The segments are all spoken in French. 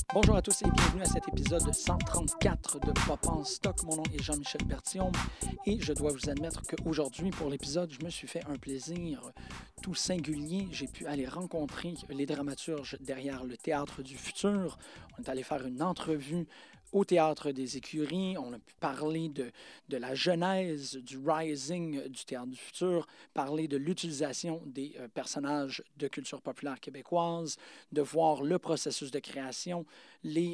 Bonjour à tous et bienvenue à cet épisode 134 de Pop en stock. Mon nom est Jean-Michel Bertillon et je dois vous admettre qu'aujourd'hui, pour l'épisode, je me suis fait un plaisir tout singulier. J'ai pu aller rencontrer les dramaturges derrière le Théâtre du Futur. On est allé faire une entrevue au Théâtre des Écuries. On a pu parler de la genèse du rising du Théâtre du Futur, parler de l'utilisation des personnages de culture populaire québécoise, de voir le processus de création. Les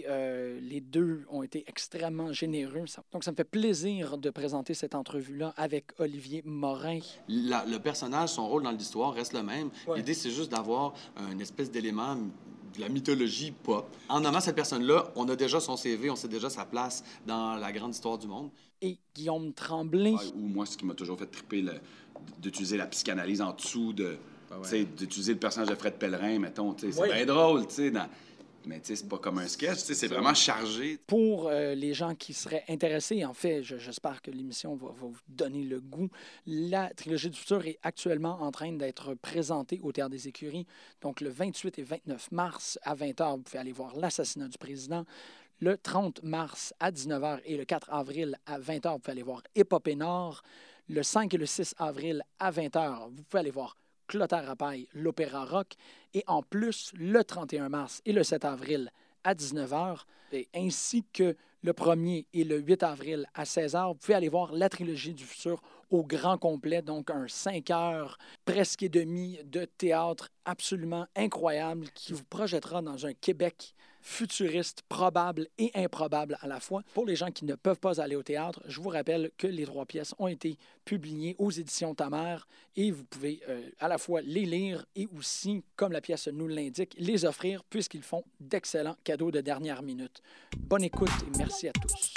deux ont été extrêmement généreux. Donc, ça me fait plaisir de présenter cette entrevue-là avec Olivier Morin. Le personnage, son rôle dans l'histoire reste le même. Ouais. L'idée, c'est juste d'avoir une espèce d'élément de la mythologie pop. En nommant cette personne-là, on a déjà son CV, on sait déjà sa place dans la grande histoire du monde. Et Guillaume Tremblay. Ou moi, ce qui m'a toujours fait triper, d'utiliser la psychanalyse en dessous d'utiliser le personnage de Fred Pellerin, mettons, c'est bien drôle, mais c'est pas comme un sketch, c'est vraiment chargé. Pour les gens qui seraient intéressés, en fait, j'espère que l'émission va vous donner le goût. La Trilogie du Futur est actuellement en train d'être présentée au Théâtre des Écuries. Donc, le 28 et 29 mars à 20h, vous pouvez aller voir L'assassinat du président. Le 30 mars à 19h et le 4 avril à 20h, vous pouvez aller voir Épopée Nord. Le 5 et le 6 avril à 20h, vous pouvez aller voir Clotaire Rapaille, l'opéra rock. Et en plus, le 31 mars et le 7 avril à 19h, ainsi que le 1er et le 8 avril à 16h, vous pouvez aller voir la Trilogie du Futur au grand complet, donc un 5 heures presque et demi de théâtre absolument incroyable qui vous projettera dans un Québec futuriste, probable et improbable à la fois. Pour les gens qui ne peuvent pas aller au théâtre, je vous rappelle que les 3 pièces ont été publiées aux éditions Ta Mère et vous pouvez à la fois les lire et aussi, comme la pièce nous l'indique, les offrir puisqu'ils font d'excellents cadeaux de dernière minute. Bonne écoute et merci à tous.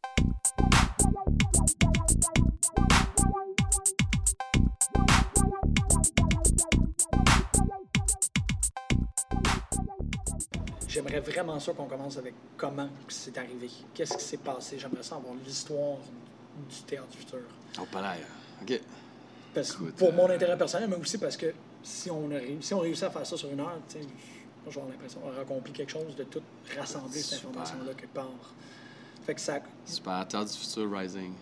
J'aimerais vraiment ça qu'on commence avec comment c'est arrivé. Qu'est-ce qui s'est passé? J'aimerais ça avoir l'histoire du Théâtre du Futur. Oh, pas l'air. OK. Parce que pour mon intérêt personnel, mais aussi parce que si on réussit à faire ça sur une heure, j'ai l'impression qu'on a accompli quelque chose de tout rassembler cette information-là quelque part. Fait que ça... Super. Théâtre du Futur Rising.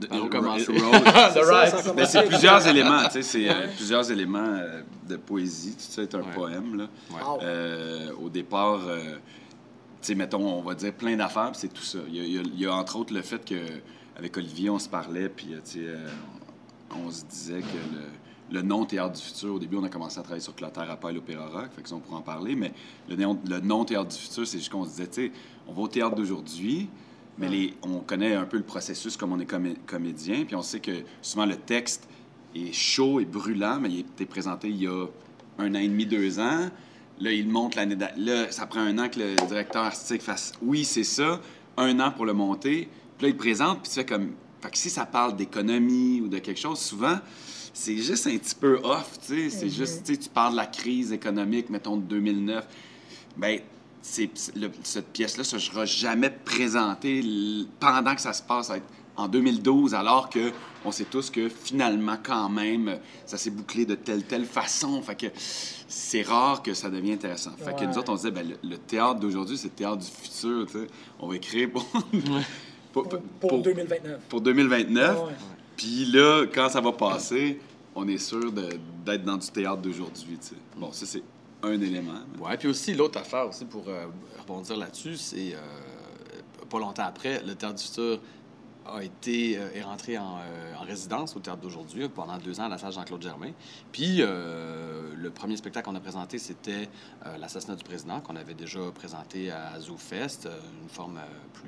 Mais c'est plusieurs éléments, c'est plusieurs éléments de poésie. Tout ça est un poème, là. Ouais. Au départ, mettons, on va dire plein d'affaires, puis c'est tout ça. Il y a entre autres le fait qu'avec Olivier, on se parlait, puis on se disait que le nom Théâtre du Futur, au début, on a commencé à travailler sur Clotaire Rapaille, l'opéra rock, fait que ça, on pourra en parler, mais le nom Théâtre du Futur, c'est juste qu'on se disait, on va au théâtre d'aujourd'hui, mais on connaît un peu le processus comme on est comédien, puis on sait que souvent le texte est chaud et brûlant, mais il a été présenté il y a 1 an et demi, 2 ans. Là, il monte l'année là, ça prend 1 an que le directeur artistique fasse « oui, c'est ça », 1 an pour le monter. Puis là, il présente, puis tu fais comme... Fait que si ça parle d'économie ou de quelque chose, souvent, c'est juste un petit peu off, tu sais. C'est juste, tu parles de la crise économique, mettons, de 2009. Bien, cette pièce-là ne sera jamais présentée pendant que ça se passe en 2012, alors qu'on sait tous que finalement, quand même, ça s'est bouclé de telle façon. Fait que c'est rare que ça devienne intéressant. Fait que nous autres, on se disait, le théâtre d'aujourd'hui, c'est le théâtre du futur, tu sais. On va écrire pour 2029. Pour 2029. Puis là, quand ça va passer, on est sûr d'être dans du théâtre d'aujourd'hui, tu sais. Bon, ça, c'est un élément. Ouais, puis aussi, l'autre affaire aussi, pour rebondir là-dessus, c'est pas longtemps après, le Théâtre du Futur est rentré en résidence au Théâtre d'aujourd'hui pendant 2 ans à la salle Jean-Claude Germain. Puis le premier spectacle qu'on a présenté, c'était L'assassinat du président, qu'on avait déjà présenté à ZooFest, une forme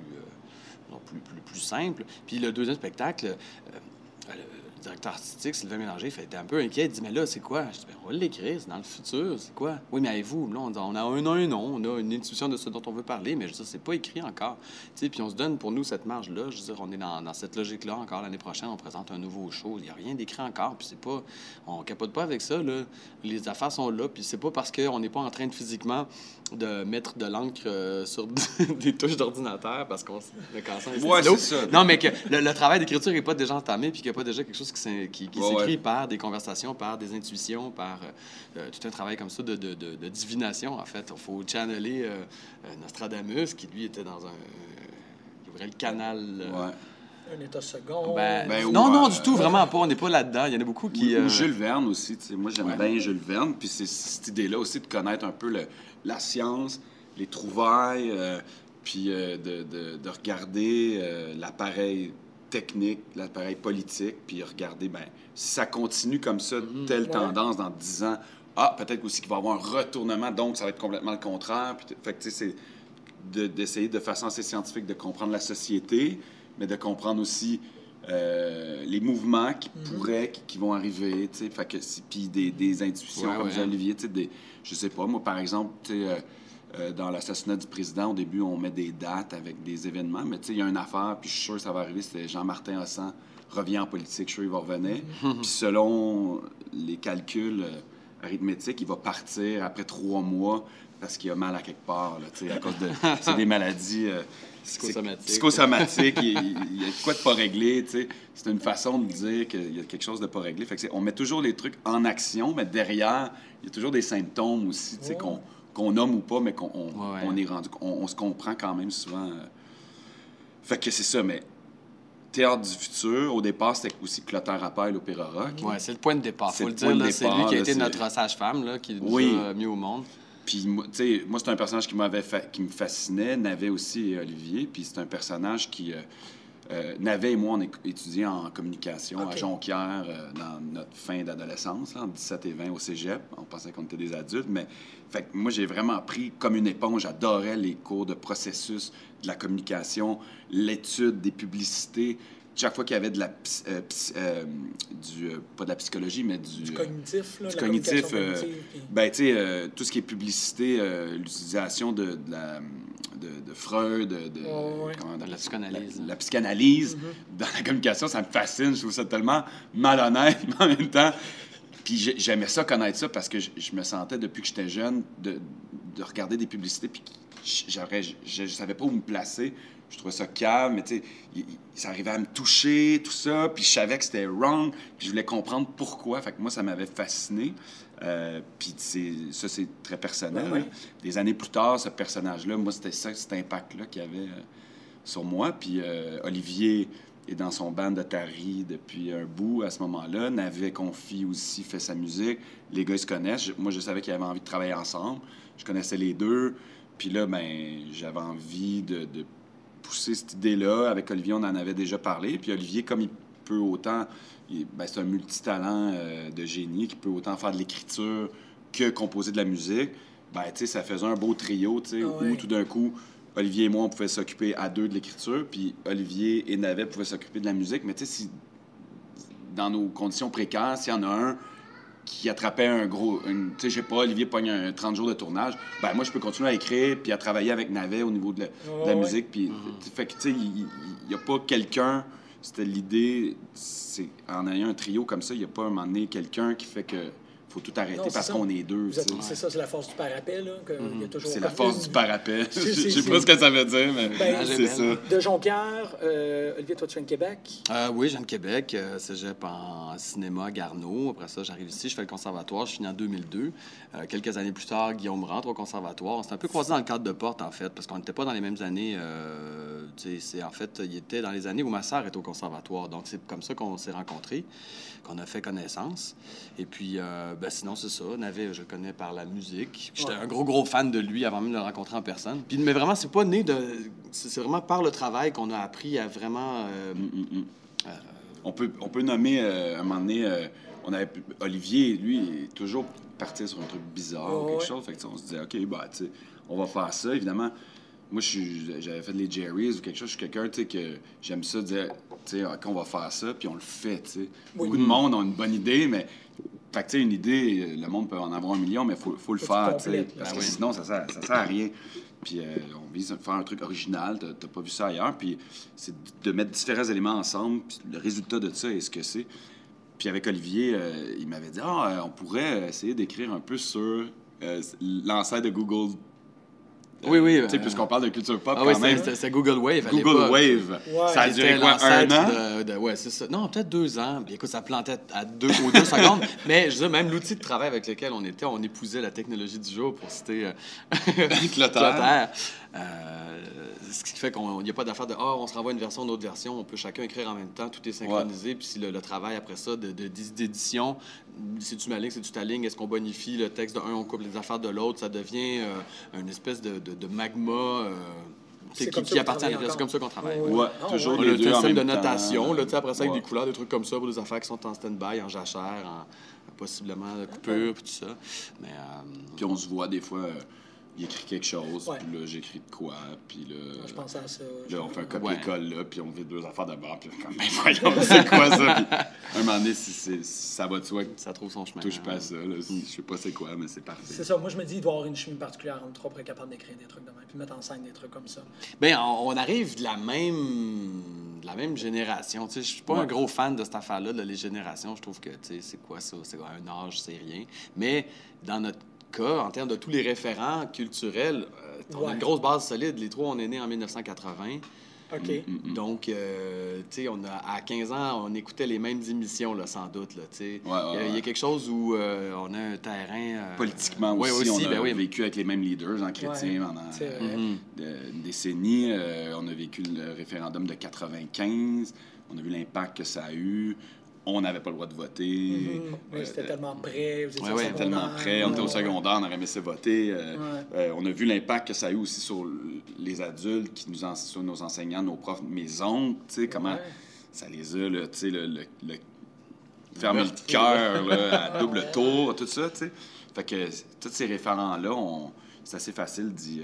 plus simple. Puis le deuxième spectacle, le directeur artistique, Sylvain Mélanger, était un peu inquiet. Il dit, mais là, c'est quoi? Je dis, bien, on va l'écrire, c'est dans le futur, c'est quoi? Oui, mais avez-vous? Là, on a un nom, on a une intuition de ce dont on veut parler, mais je veux dire, c'est pas écrit encore. Tu sais, puis on se donne pour nous cette marge-là. Je veux dire, on est dans cette logique-là encore. L'année prochaine, on présente un nouveau show. Il n'y a rien d'écrit encore, puis c'est pas... On capote pas avec ça, là. Les affaires sont là, puis c'est pas parce qu'on n'est pas en train de physiquement de mettre de l'encre sur des touches d'ordinateur parce qu'on le cancer. Ouais, c'est ça. Non, mais que le travail d'écriture n'est pas déjà entamé, puis qu'il n'y a pas déjà quelque chose chose qui s'écrit par des conversations, par des intuitions, par tout un travail comme ça de divination, en fait. Il faut channeler Nostradamus, qui, lui, était dans il ouvrait le canal... Un état second. Non, du tout, vraiment pas. On n'est pas là-dedans. Il y en a beaucoup qui... Ou Jules Verne aussi. Moi, j'aime bien Jules Verne. Puis c'est cette idée-là aussi de connaître un peu la science, les trouvailles, puis de regarder l'appareil technique, l'appareil politique, puis regarder, si ça continue comme ça, telle tendance dans 10 ans, peut-être aussi qu'il va y avoir un retournement, donc ça va être complètement le contraire. Puis, fait que, c'est d'essayer de façon assez scientifique de comprendre la société, mais de comprendre aussi les mouvements qui vont arriver, tu sais, fait que puis des intuitions, comme disait Olivier, tu sais, je sais pas, moi, par exemple, tu sais, dans l'assassinat du président, au début, on met des dates avec des événements, mais tu sais, il y a une affaire, puis je suis sûr que ça va arriver, c'était Jean-Martin Hossan revient en politique, je suis sûr qu'il va revenir, puis selon les calculs arithmétiques, il va partir après 3 mois parce qu'il a mal à quelque part, là, tu sais, à cause de... c'est des maladies... psychosomatique, il y a quoi de pas réglé, tu sais. C'est une façon de dire qu'il y a quelque chose de pas réglé. Fait que on met toujours les trucs en action, mais derrière, il y a toujours des symptômes aussi, tu sais, qu'on nomme ou pas, mais on est rendu... On se comprend quand même souvent. Fait que c'est ça, mais Théâtre du futur, au départ, c'était aussi Clotaire Appel, l'Opéra Rock. Oui, c'est le point de départ. Il faut le dire, là, c'est lui qui a été notre sage-femme, là, qui nous a mis au monde. Puis, tu sais, moi, c'est un personnage qui me fascinait. Navet aussi et Olivier. Puis, c'est un personnage qui... Navet et moi, on étudié en communication à Jonquière dans notre fin d'adolescence, là, entre 17 et 20 au cégep. On pensait qu'on était des adultes. Mais fait que moi, j'ai vraiment appris comme une éponge. J'adorais les cours de processus, de la communication, l'étude des publicités. Chaque fois qu'il y avait de la pas de la psychologie, mais du cognitif, là, du cognitif, ben, tu sais, tout ce qui est publicité, l'utilisation de Freud, de la psychanalyse. La psychanalyse dans la communication, ça me fascine. Je trouve ça tellement malhonnête, mais en même temps. Puis j'aimais ça, connaître ça, parce que je me sentais, depuis que j'étais jeune, de regarder des publicités, puis je savais pas où me placer. Je trouvais ça calme, mais tu sais, ça arrivait à me toucher, tout ça, puis je savais que c'était wrong, puis je voulais comprendre pourquoi. Fait que moi, ça m'avait fasciné. Puis ça, c'est très personnel. Oui. Hein. Des années plus tard, ce personnage-là, moi, c'était ça, cet impact-là qu'il y avait sur moi. Puis Olivier est dans son band de Tari depuis un bout à ce moment-là. Navet Confi aussi fait sa musique. Les gars, ils se connaissent. Moi, je savais qu'ils avaient envie de travailler ensemble. Je connaissais les deux. Puis là, ben, j'avais envie de pousser cette idée-là. Avec Olivier, on en avait déjà parlé. Puis Olivier, comme il peut autant... c'est un multitalent de génie qui peut autant faire de l'écriture que composer de la musique. Ben, tu sais, ça faisait un beau trio, tu sais, où tout d'un coup, Olivier et moi, on pouvait s'occuper à deux de l'écriture, puis Olivier et Navet pouvaient s'occuper de la musique. Mais tu sais, si dans nos conditions précaires, s'il y en a un qui attrapait un gros... Tu sais, je sais pas, Olivier pogne un 30 jours de tournage, ben moi, je peux continuer à écrire puis à travailler avec Navet au niveau de la musique. Puis, fait que, tu sais, il n'y a pas quelqu'un... C'était l'idée, c'est en ayant un trio comme ça, il n'y a pas un moment donné quelqu'un qui fait que faut tout arrêter parce qu'on est deux. C'est ça, c'est la force du parapet. Là, il y a toujours c'est la force du parapet. Je sais pas ce que ça veut dire, mais c'est ça. De Jonquière, Olivier, toi, tu viens de Québec? Oui, je viens de Québec. Cégep en cinéma à Garneau. Après ça, j'arrive ici, je fais le conservatoire. Je finis en 2002. Quelques années plus tard, Guillaume rentre au conservatoire. On s'est un peu croisé dans le cadre de porte, en fait, parce qu'on n'était pas dans les mêmes années. En fait, il était dans les années où ma sœur était au conservatoire. Donc, c'est comme ça qu'on s'est rencontrés, qu'on a fait connaissance. Et puis, sinon, c'est ça. Navet, je le connais par la musique. J'étais un gros fan de lui avant même de le rencontrer en personne. Puis, mais vraiment, c'est pas né de... C'est vraiment par le travail qu'on a appris à vraiment... On peut nommer, un moment donné, on avait Olivier, lui, il est toujours parti sur un truc bizarre ou quelque chose. Fait que, on se disait, OK, tu sais, on va faire ça. Évidemment, moi, j'avais fait les Jerry's ou quelque chose. Je suis quelqu'un, tu sais, que j'aime ça dire, tu sais, OK, on va faire ça, puis on le fait, tu sais. Beaucoup de monde ont une bonne idée, mais... Fait que, tu sais, une idée, le monde peut en avoir 1 million, mais faut le faire, tu sais. Parce que sinon, ça sert à rien. Puis on vise à faire un truc original, t'as pas vu ça ailleurs, puis c'est de mettre différents éléments ensemble, puis le résultat de ça est ce que c'est. Puis avec Olivier, il m'avait dit « on pourrait essayer d'écrire un peu sur l'ancêtre de Google Oui. Tu sais, puisqu'on parle de culture pop, Ah oui, quand même. c'est Google Wave à Google l'époque. Wave. Ouais. Ça a C'était duré quoi, un l'ancêtre an? ouais, c'est ça. Non, peut-être 2 ans. Puis, écoute, ça plantait aux 2 secondes. Mais je veux dire, même l'outil de travail avec lequel on était, on épousait la technologie du jour, pour citer Clotaire. Ce qui fait qu'il n'y a pas d'affaire de on se renvoie une version, une autre version. On peut chacun écrire en même temps, tout est synchronisé. Puis si le travail après ça d'édition, c'est-tu ma ligne, c'est-tu ta ligne, est-ce qu'on bonifie le texte de un, on coupe les affaires de l'autre, ça devient une espèce de magma. Qui appartient à l'univers. C'est comme ça qu'on travaille. Ouais, toujours On a les deux un en système de même temps. notation, là, après ça, avec Ouais. des couleurs, des trucs comme ça, pour des affaires qui sont en stand-by, en jachère, possiblement de coupure, puis tout ça. Mais, Puis on se voit des fois, il écrit quelque chose, Ouais. puis là, j'écris de quoi, puis là... Je pensais à ça. Là, on fait un copier-colle, là, puis on vit 2 affaires d'abord, puis comme, ben voyons, c'est quoi ça? Puis, un moment donné, ça va de soi que ça trouve son chemin. touche pas à ça. Là. Je sais pas c'est quoi, mais c'est parfait. C'est ça. Moi, je me dis, il doit y avoir une chimie particulière entre trois pour être capable d'écrire des trucs de même, puis mettre en scène des trucs comme ça. Bien, on arrive de la même génération. Tu sais, je suis pas Ouais. un gros fan de cette affaire-là, de les générations. Je trouve que, tu sais, c'est quoi ça? C'est un âge, c'est rien. Mais dans notre cas, en termes de tous les référents culturels, on a Ouais. une grosse base solide. Les trois, on est nés en 1980. OK. Donc, tu sais, à 15 ans, on écoutait les mêmes émissions, là, sans doute. Là, tu sais. Ouais, Il y a quelque chose où on a un terrain... Politiquement ouais, aussi, on a ben oui. vécu avec les mêmes leaders en chrétien Ouais, pendant c'est vrai. une décennie. On a vécu le référendum de 95. On a vu l'impact que ça a eu. On n'avait pas le droit de voter. Mais c'était tellement près. Vous étiez ouais, au ouais, secondaire. Tellement près. On était au secondaire, on aurait aimé ça voter. Ouais. On a vu l'impact que ça a eu aussi sur les adultes, sur nos enseignants, nos profs, mes oncles, tu sais, comment Ouais. ça les a, là, tu sais, le fermer le cœur là, à double tour, tout ça, tu sais. Fait que tous ces référents-là, c'est assez facile d'y...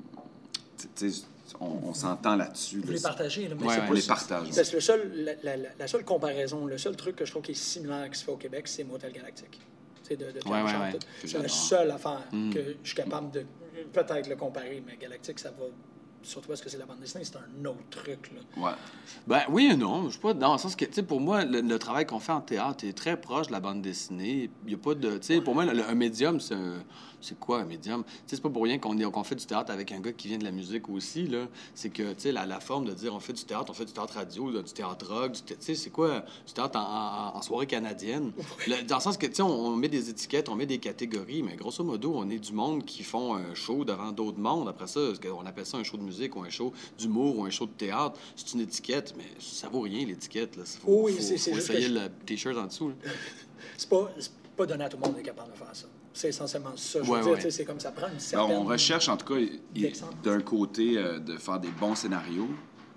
tu sais, on s'entend là-dessus. Vous là. les partagez, là, mais Ouais, c'est ouais. pas On les partage. Parce que la seule comparaison, le seul truc que je trouve qui est similaire qui se fait au Québec, c'est Motel Galactique. C'est de Pierre Ouais, Charles, ouais. tout. Que C'est la j'adore. seule affaire que je suis capable de peut-être le comparer, mais Galactique, ça va. Surtout parce que c'est la bande dessinée, c'est un autre truc. Là. Ouais. Ben oui et non. Je suis pas dans le sens que, tu sais, pour moi, le travail qu'on fait en théâtre est très proche de la bande dessinée. Il y a pas de... Tu sais, pour moi, un médium, c'est quoi un médium? Tu sais, c'est pas pour rien qu'on fait du théâtre avec un gars qui vient de la musique aussi, là. C'est que, tu sais, la forme de dire on fait du théâtre radio, là, du théâtre rock, tu sais, c'est quoi? Du théâtre en soirée canadienne. Dans le sens que, tu sais, on met des étiquettes, on met des catégories, mais grosso modo, on est du monde qui font un show devant d'autres mondes. Après ça, on appelle ça un show de musique ou un show d'humour ou un show de théâtre. C'est une étiquette, mais ça vaut rien, l'étiquette. Faut Oui, c'est juste essayer que le T-shirt en dessous. Là. C'est pas donné à tout le monde d'être capable de faire ça. C'est essentiellement ça. Je veux Ouais, dire, ouais. tu sais, c'est comme ça prend une Alors, certaine. on recherche, en tout cas, d'excellence. d'un côté, de faire des bons scénarios,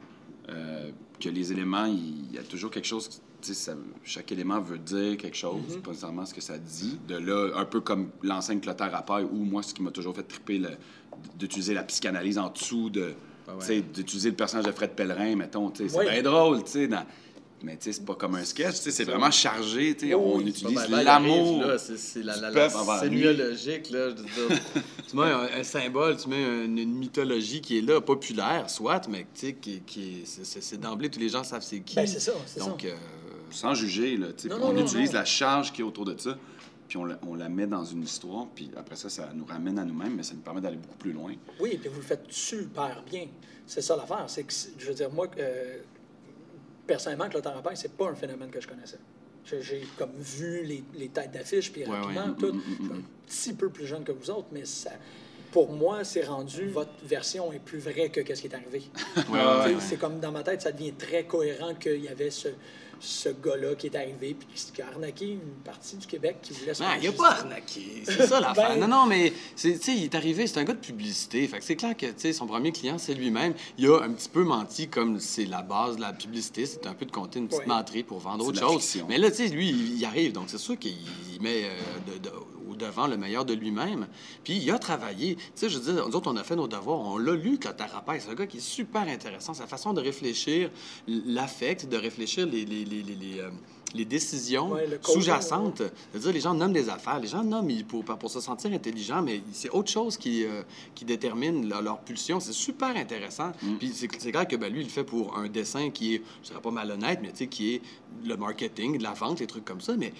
que les éléments, il y a toujours quelque chose, tu sais, chaque élément veut dire quelque chose, pas nécessairement ce que ça dit. De là, un peu comme l'enseigne Clotaire à paille, ou moi, ce qui m'a toujours fait triper, d'utiliser la psychanalyse en dessous tu sais, d'utiliser le personnage de Fred Pellerin, mettons, tu sais, c'est Oui. bien drôle, tu sais, mais tu sais, c'est pas comme un sketch, tu sais, c'est vraiment chargé, tu sais, on Oui. utilise Ben, l'amour. C'est la peuple envers lui. sémiologique. Là, je veux dire. Tu mets un symbole, tu mets une mythologie qui est là, populaire, soit, mais tu sais, c'est d'emblée, tous les gens savent c'est qui. Ben, c'est ça, c'est Donc, ça. Sans juger, là, tu sais, Non, puis non, on non, utilise non. la charge qui est autour de ça, puis on la met dans une histoire, puis après ça, ça nous ramène à nous-mêmes, mais ça nous permet d'aller beaucoup plus loin. Oui, puis vous le faites super bien. C'est ça l'affaire. C'est que, je veux dire, moi, personnellement, Clotaire à paille, c'est pas un phénomène que je connaissais. J'ai comme vu les têtes d'affiche, puis rapidement, tout. Je suis un petit peu plus jeune que vous autres, mais ça, pour moi, c'est rendu, votre version est plus vraie que qu'est-ce qui est arrivé. ouais. C'est comme dans ma tête, ça devient très cohérent qu'il y avait ce gars-là qui est arrivé puis qui a arnaqué une partie du Québec qui voulait se non, faire il a justice. pas arnaqué. C'est ça l'affaire. Ben- Non, mais tu sais, il est arrivé, c'est un gars de publicité. Fait que c'est clair que tu sais, son premier client, c'est lui-même. Il a un petit peu menti, comme c'est la base de la publicité. C'est un peu de compter une petite Oui. menterie pour vendre C'est autre de la chose. fiction. Mais là, tu sais, lui, il arrive. Donc, c'est sûr qu'il met au devant le meilleur de lui-même. Puis, il a travaillé. Tu sais, je veux dire, nous autres, on a fait nos devoirs. On l'a lu, Clotaire à paille. C'est un gars qui est super intéressant. Sa façon de réfléchir l'affect, de réfléchir les décisions Ouais, le coding, sous-jacentes. C'est-à-dire, les gens nomment des affaires. Les gens nomment pour se sentir intelligent, mais c'est autre chose qui détermine leur pulsion. C'est super intéressant. Puis c'est clair que ben, lui, il le fait pour un dessin qui est, je dirais pas malhonnête, mais tu sais, qui est le marketing, de la vente, des trucs comme ça. Mais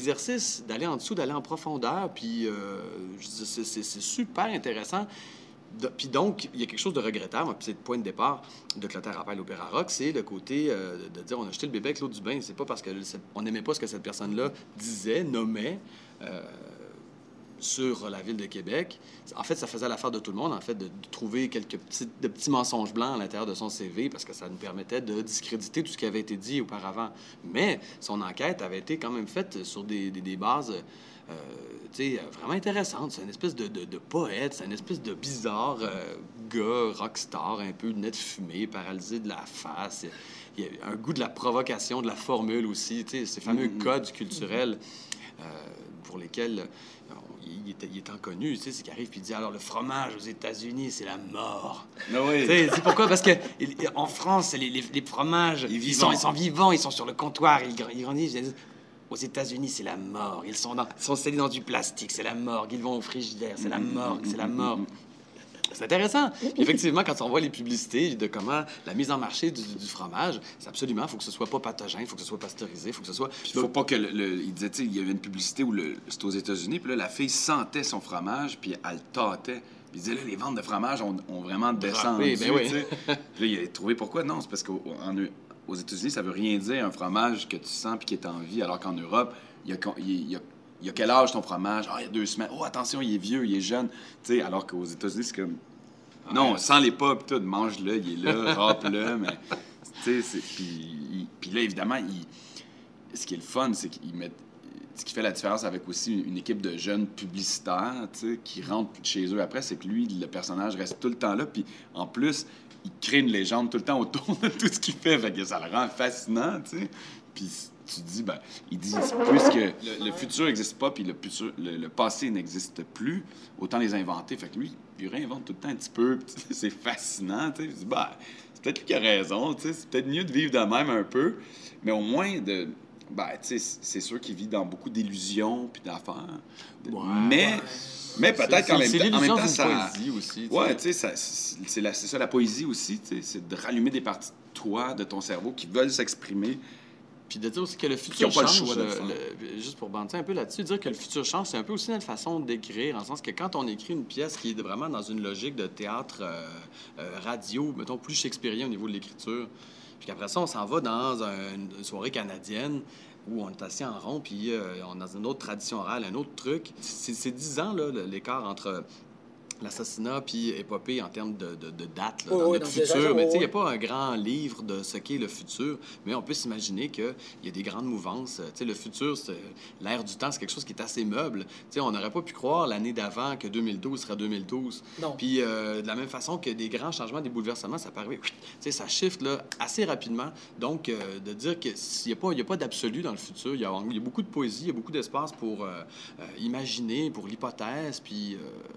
l'exercice d'aller en dessous, d'aller en profondeur, puis je dis, c'est super intéressant. Puis donc, il y a quelque chose de regrettable, puis c'est le point de départ de Clotaire Appel Opéra Rock, c'est le côté de dire on a jeté le bébé avec l'eau du bain. C'est pas parce qu'on n'aimait pas ce que cette personne-là disait, nommait sur la ville de Québec. En fait, ça faisait l'affaire de tout le monde, en fait, de trouver quelques petits mensonges blancs à l'intérieur de son CV parce que ça nous permettait de discréditer tout ce qui avait été dit auparavant. Mais son enquête avait été quand même faite sur des bases vraiment intéressantes. C'est une espèce de poète, c'est une espèce de bizarre gars, rockstar, un peu net fumé, paralysé de la face. Il y a un goût de la provocation, de la formule aussi, ces fameux codes culturels pour lesquels il est connu, c'est qu'il arrive puis il dit alors le fromage aux États-Unis c'est la mort. Ah oui. C'est pourquoi? Parce que en France les fromages ils sont vivants, ils sont sur le comptoir, ils grandissent. Aux États-Unis c'est la mort, ils sont scellés dans du plastique, c'est la mort. Ils vont au frigidaire, c'est la mort, c'est la mort. C'est intéressant. Puis effectivement, quand on voit les publicités de comment la mise en marché du fromage, c'est absolument, il faut que ce soit pas pathogène, il faut que ce soit pasteurisé, il faut que ce soit... Il faut pas que il disait, tu sais, il y avait une publicité où c'était aux États-Unis, puis là, la fille sentait son fromage, puis elle tâtait. Puis il disait, là, les ventes de fromage ont vraiment descendu, ben oui. tu sais. Puis là, il a trouvé pourquoi. Non, c'est parce qu'aux États-Unis, ça veut rien dire un fromage que tu sens puis qui est en vie, alors qu'en Europe, il y a quel âge ton fromage? Ah, il y a 2 semaines. Oh, attention, il est vieux, il est jeune. Tu sais, alors qu'aux États-Unis, c'est comme... Non, sans les pas, puis tout, mange-le, il est là, râpe-le, mais... Tu sais, puis là, évidemment, ce qui est le fun, c'est qu'il met... Ce qui fait la différence avec aussi une équipe de jeunes publicitaires, tu sais, qui rentrent chez eux après, c'est que lui, le personnage reste tout le temps là, puis en plus, il crée une légende tout le temps autour de tout ce qu'il fait que ça le rend fascinant, tu sais. Puis tu dis, ben, il dit, puisque le futur n'existe pas, puis le passé n'existe plus, autant les inventer. Fait que lui, il réinvente tout le temps un petit peu, c'est fascinant, tu sais. Je dis, ben, c'est peut-être lui qui a raison, tu sais, c'est peut-être mieux de vivre de même un peu, mais au moins de... Ben, tu sais, c'est sûr qu'il vit dans beaucoup d'illusions puis d'affaires. Mais peut-être qu'en même temps, ça... poésie aussi. Ouais, tu sais, c'est ça la poésie aussi, tu sais, c'est de rallumer des parties de toi, de ton cerveau qui veulent s'exprimer. Puis de dire aussi que le futur pas le change, choix de le faire. juste pour banter un peu là-dessus, dire que le futur change, c'est un peu aussi notre façon d'écrire, en le sens que quand on écrit une pièce qui est vraiment dans une logique de théâtre radio, mettons plus shakespearien au niveau de l'écriture, puis qu'après ça, on s'en va dans une soirée canadienne où on est assis en rond, puis on est dans une autre tradition orale, un autre truc. C'est 10 ans, là, l'écart entre l'assassinat puis épopée en termes de date, là, dans notre futur. Mais tu sais, il n'y a pas un grand livre de ce qu'est le futur, mais on peut s'imaginer qu'il y a des grandes mouvances. Tu sais, le futur, l'ère du temps, c'est quelque chose qui est assez meuble. Tu sais, on n'aurait pas pu croire l'année d'avant que 2012 serait 2012. Non. Puis de la même façon que des grands changements, des bouleversements, ça peut arriver, tu sais, ça shift là, assez rapidement. Donc, de dire qu'il n'y a pas d'absolu dans le futur, il y a beaucoup de poésie, il y a beaucoup d'espace pour imaginer, pour l'hypothèse, puis...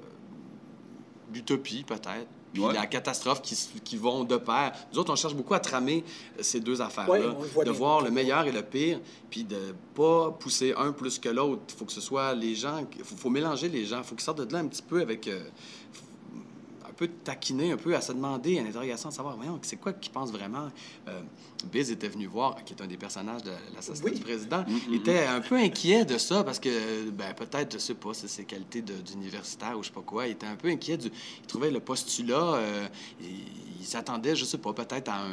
l'utopie, peut-être, puis la catastrophe qui vont de pair. Nous autres, on cherche beaucoup à tramer ces deux affaires-là, de voir le meilleur et le pire, puis de pas pousser un plus que l'autre. Il faut que ce soit les gens... Il faut mélanger les gens. Il faut qu'ils sortent de là un petit peu avec... un peu taquiner, un peu à se demander, à l'interrogation, de savoir, voyons, c'est quoi qu'ils pensent vraiment. Biz était venu voir, qui est un des personnages de l'assassinat du président, était un peu inquiet de ça, parce que, ben, peut-être, je sais pas, c'est ses qualités d'universitaire ou je sais pas quoi, il était un peu inquiet, il trouvait le postulat, il s'attendait, je sais pas, peut-être à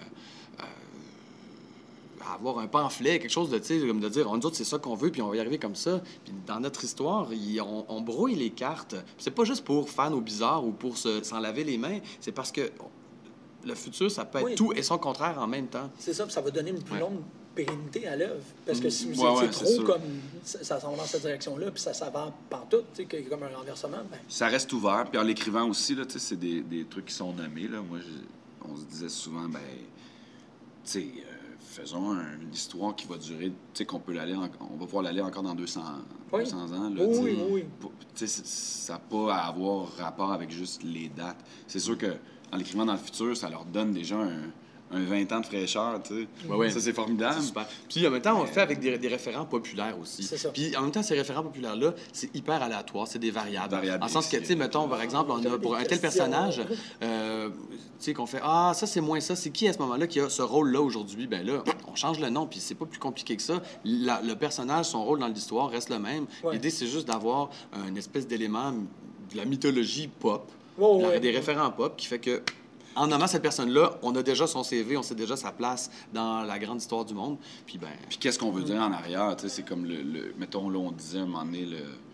avoir un pamphlet, quelque chose de, tu sais, comme de dire, nous autres, c'est ça qu'on veut, puis on va y arriver comme ça. Puis dans notre histoire, on brouille les cartes. C'est pas juste pour faire nos bizarres ou pour s'en laver les mains, c'est parce que le futur, ça peut être tout et son contraire en même temps. C'est ça, puis ça va donner une plus longue pérennité à l'œuvre. Parce que si vous étiez trop comme... Ça s'en va dans cette direction-là, puis ça va partout, tu sais, comme un renversement. Ben... Ça reste ouvert. Puis en l'écrivant aussi, là, tu sais, c'est des trucs qui sont nommés, là. Moi, on se disait souvent, ben, tu sais... faisons une histoire qui va durer, tu sais, on va pouvoir l'aller encore dans 200 ans. Là, oui. Tu sais, ça n'a pas à avoir rapport avec juste les dates. C'est sûr qu'en l'écrivant dans le futur, ça leur donne déjà un 20 ans de fraîcheur, tu sais. Ça, c'est formidable. C'est super. Puis, en même temps, on le fait avec des référents populaires aussi. C'est ça. Puis, en même temps, ces référents populaires-là, c'est hyper aléatoire, c'est des variables. En sens que, tu sais, mettons, par exemple, on a pour un tel personnage, tu sais, qu'on fait, ah, ça, c'est moins ça. C'est qui, à ce moment-là, qui a ce rôle-là aujourd'hui? Ben là, on change le nom, puis c'est pas plus compliqué que ça. Le personnage, son rôle dans l'histoire reste le même. L'idée, c'est juste d'avoir une espèce d'élément de la mythologie pop, Oh, Il y aurait ouais. des référents pop qui fait que, en nommant cette personne-là, on a déjà son CV, on sait déjà sa place dans la grande histoire du monde. Puis ben, Puis qu'est-ce qu'on veut dire en arrière? Tu sais, c'est comme mettons, là, on disait à un moment donné,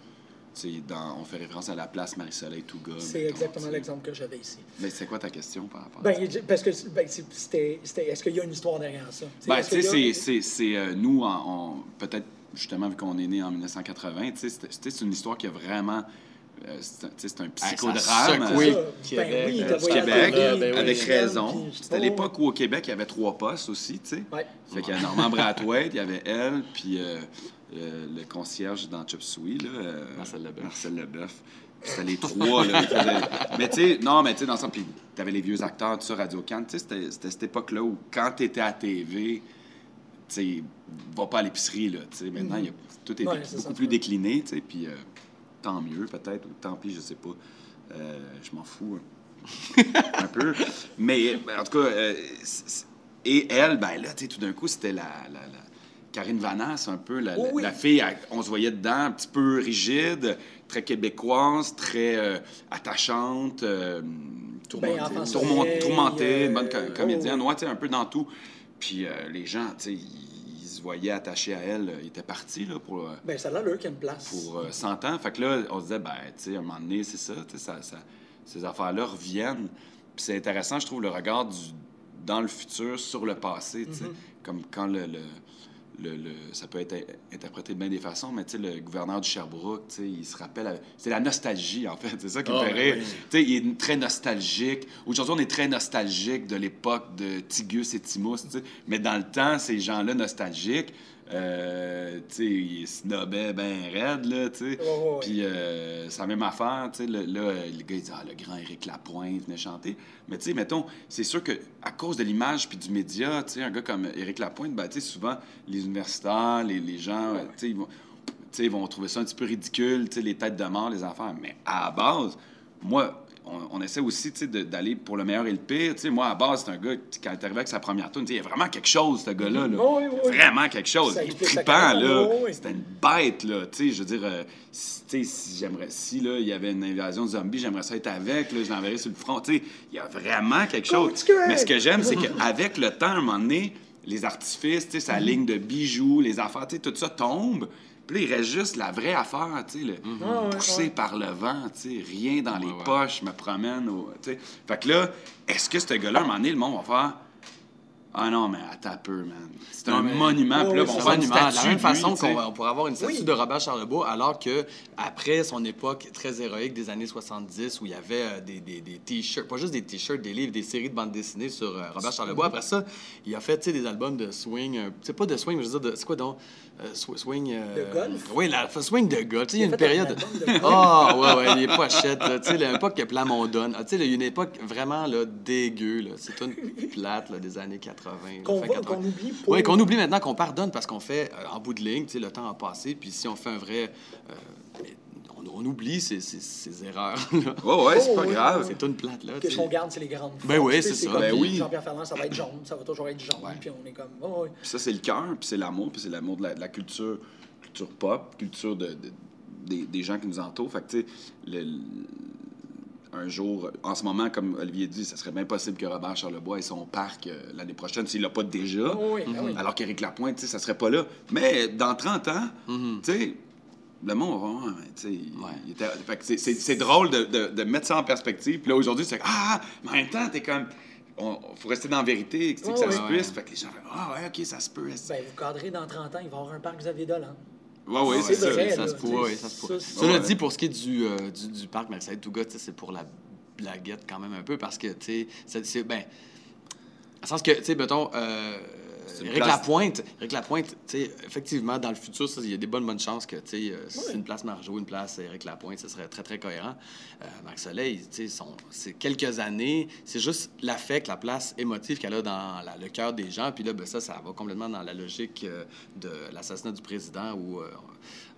on fait référence à la place Marie-Soleil Touga. C'est mettons, exactement tu sais. l'exemple que j'avais ici. Mais c'est quoi ta question par rapport à Ben, ça? parce que c'était est-ce qu'il y a une histoire derrière ça? Ben, est-ce tu qu'il y a- sais, c'est nous, peut-être justement, vu qu'on est né en 1980, tu sais, c'est une histoire qui a vraiment. C'est un psychodrame. ça a secoué Ça, ben Québec, oui, t'as voyé Québec, à la télé, ben oui. avec puis raison. puis- C'était à l'époque où au Québec, il y avait 3 postes aussi, tu sais. Ouais. Fait qu'il y a Normand Brathwaite, il y avait elle, puis le concierge dans Chop Suey, là, Marcel Leboeuf. Puis c'était les 3, là. Mais tu sais, dans le sens, puis t'avais les vieux acteurs, tout ça, Radio-Can. Tu sais, c'était cette époque-là où, quand t'étais à TV, tu sais, va pas à l'épicerie, là. Tu sais, maintenant, tout est Ouais, c'est beaucoup ça. plus décliné, tu sais, puis tant mieux, peut-être, ou tant pis, je sais pas. Je m'en fous, un peu. Mais, en tout cas, et elle, ben là, tu sais, tout d'un coup, c'était la Karine Vanasse, un peu, Oh oui. la fille, on se voyait dedans, un petit peu rigide, très québécoise, très attachante, Ben, enfant soleil, tourmentée, une bonne comédienne, oh. ouais, tu sais, un peu dans tout. Puis les gens, tu sais, ils se voyaient attachés à elle, ils étaient partis, là, pour Ben, ça a l'air qu'il y a une place. 100 ans. Fait que là, on se disait, ben, tu sais, à un moment donné, c'est ça, tu sais, ces affaires-là reviennent. Puis c'est intéressant, je trouve, le regard dans le futur sur le passé, tu sais. Comme quand ça peut être interprété de bien des façons, mais tu sais, le gouverneur du Sherbrooke, tu sais, il se rappelle... C'est la nostalgie, en fait. C'est ça qui me fait rire. oui. Tu sais, il est très nostalgique. Aujourd'hui, on est très nostalgique de l'époque de Tigus et Timos, tu sais. Mais dans le temps, ces gens-là nostalgiques, tu sais, ils snobaient bien raide, là, tu sais. Ouais. Puis c'est la même affaire, tu sais. Le gars, il dit, le grand Éric Lapointe venait chanter. Mais tu sais, mettons, c'est sûr que à cause de l'image puis du média, tu sais, un gars comme Éric Lapointe, ben, tu sais, souvent, les universitaires, les gens, tu sais, ils vont trouver ça un petit peu ridicule, tu sais, les têtes de mort, les affaires. Mais à la base, moi, on essaie aussi, tu sais, d'aller pour le meilleur et le pire. Tu sais, moi, à la base, c'est un gars, quand il est arrivé avec sa première tune, tu sais, il y a vraiment quelque chose, ce gars-là. Là. Oui. Vraiment quelque chose. Ça Il est explique sa trippant, carrière, là. oui. C'était une bête, là. Tu sais, je veux dire, tu sais, si là, il y avait une invasion de zombies, j'aimerais ça être avec, là, je l'enverrais sur le front. Tu sais, il y a vraiment quelque chose. Mais ce que j'aime, c'est qu'avec le temps, à un moment donné, les artifices, tu sais, sa ligne de bijoux, les affaires, tu sais, tout ça tombe. Puis là, il reste juste la vraie affaire, tu sais, poussé par le vent, tu sais, rien dans les poches, je me promène, tu sais. Fait que là, est-ce que ce gars-là, à un moment donné, le monde va faire « Ah non, mais attends un peu, man. C'est un monument. » Puis là, oui, on c'est va un faire une monument. statue De la même de façon lui, tu sais. qu'on pourrait avoir une statue Oui. de Robert Charlebois, alors que après son époque très héroïque des années 70, où il y avait des T-shirts, pas juste des T-shirts, des livres, des séries de bandes dessinées sur Robert Charlebois. Après ça, il a fait, tu sais, des albums de swing, c'est pas de swing, mais je veux dire, c'est quoi donc? Swing... De golf? Oui, swing de golf. Tu sais, il y a Il une a fait un période... album de golf. Ah, ouais, les pochettes, là. Tu sais, l'époque Plamondon. Ah, tu sais, il y a une époque vraiment, là, dégueu, là. C'est une plate, là, des années 80. Qu'on fin va- 80. qu'on oublie pour- Oui, qu'on oublie maintenant, qu'on pardonne parce qu'on fait en bout de ligne, tu sais, le temps a passé, puis si on fait un vrai... on oublie ces erreurs-là. Ouais, c'est Oh, pas oui, grave. C'est une plate, là. Qu'est-ce qu'on garde, c'est les grandes Ben forces, oui, tu sais, c'est ça. comme Ben dit oui. Jean-Pierre Ferland, ça va être jaune, ça va toujours être jaune, puis on est comme... Oh, oui. Puis ça, c'est le cœur, puis c'est l'amour de la culture pop, culture des gens qui nous entourent. Fait que, tu sais, un jour, en ce moment, comme Olivier dit, ça serait bien possible que Robert Charlebois ait son parc l'année prochaine, s'il l'a pas déjà. Oh, oui, ben oui. Alors qu'Éric Lapointe, tu sais, ça serait pas là. Mais dans 30 ans, tu sais, le monde va voir, tu sais, il était... Fait que c'est drôle de mettre ça en perspective. Puis là, aujourd'hui, c'est mais en même temps, t'es comme... faut rester dans la vérité, tu sais, que ça se puisse. Fait que les gens font, OK, ça se peut. Ben, vous cadrez dans 30 ans, il va y avoir un parc Xavier Dolan. Oui, c'est ça. vrai, Ça là, se pourrait, tu sais, ça se pourrait. ça, Cela ouais. dit, pour ce qui est du parc Marie-Soleil Touga, tu sais, c'est pour la blaguette quand même un peu parce que, tu sais, c'est ben, dans le sens que, tu sais, mettons, une Éric place- Lapointe, tu sais, effectivement, dans le futur, il y a des bonnes chances que, tu sais, si c'est une place Marjo, une place Éric Lapointe, ce serait très, très cohérent. Marie-Soleil, tu sais, c'est quelques années, c'est juste l'affect, la place émotive qu'elle a dans le cœur des gens, puis là, ben, ça va complètement dans la logique de l'assassinat du président où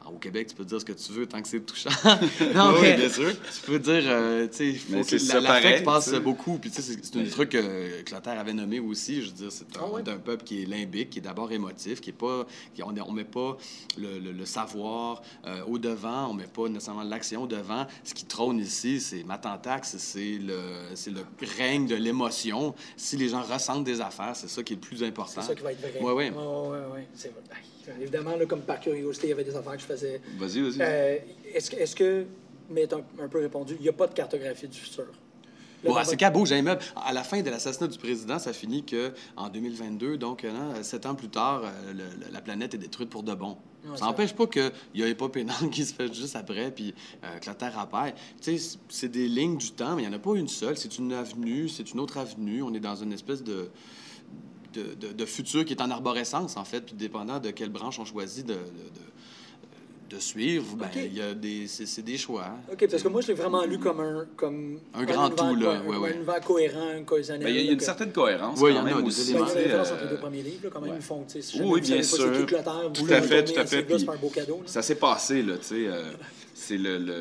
au Québec, tu peux dire ce que tu veux tant que c'est touchant. Non, mais bien sûr. tu peux dire, tu sais, il faut Mais que c'est ça l'affect pareil, passe tu sais. beaucoup. Puis, tu sais, c'est un des trucs que Clotaire avait nommé aussi. Je veux dire, c'est ouais. un peuple qui est limbique, qui est d'abord émotif, qui est pas... on met pas le savoir au devant, on met pas nécessairement l'action au devant. Ce qui trône ici, c'est Matentax, c'est le règne de l'émotion. Si les gens ressentent des affaires, c'est ça qui est le plus important. C'est ça qui va être vrai. Oui, oui. Ouais. C'est vrai. Évidemment, là, comme par curiosité, il y avait des affaires que je faisais. Vas-y. Est-ce que, mais t'as un peu répondu, il n'y a pas de cartographie du futur? Là, Bon, dans c'est cabot, j'ai immeuble. À la fin de l'assassinat du président, ça finit qu'en 2022, donc 7 ans plus tard, la planète est détruite pour de bon. Ouais, Ça n'empêche pas qu'il y a Époque pénale qui se fait juste après, puis que la Terre apparaît. Tu sais, c'est des lignes du temps, mais il n'y en a pas une seule. C'est une avenue, c'est une autre avenue. On est dans une espèce de futur qui est en arborescence, en fait, puis dépendant de quelle branche on choisit de suivre, ben, OK. il y a c'est des choix. OK, parce que moi, je l'ai vraiment lu comme un grand univers, tout, là. Un Ouais. univers cohérent, cohérentiel. Ben, il y a une certaine cohérence Oui, il y quand en a même des aussi. Il y a éléments. une tu sais, différence entre les deux premiers livres, là, quand même, ouais. ils font, tu sais, si Oui, jamais vous bien savez pas sûr. c'est qui Clotaire, vous Tout le à fait, retournez tout à à fait. ce gars, Puis c'est un beau cadeau. Là. ça s'est passé, là, tu sais. C'est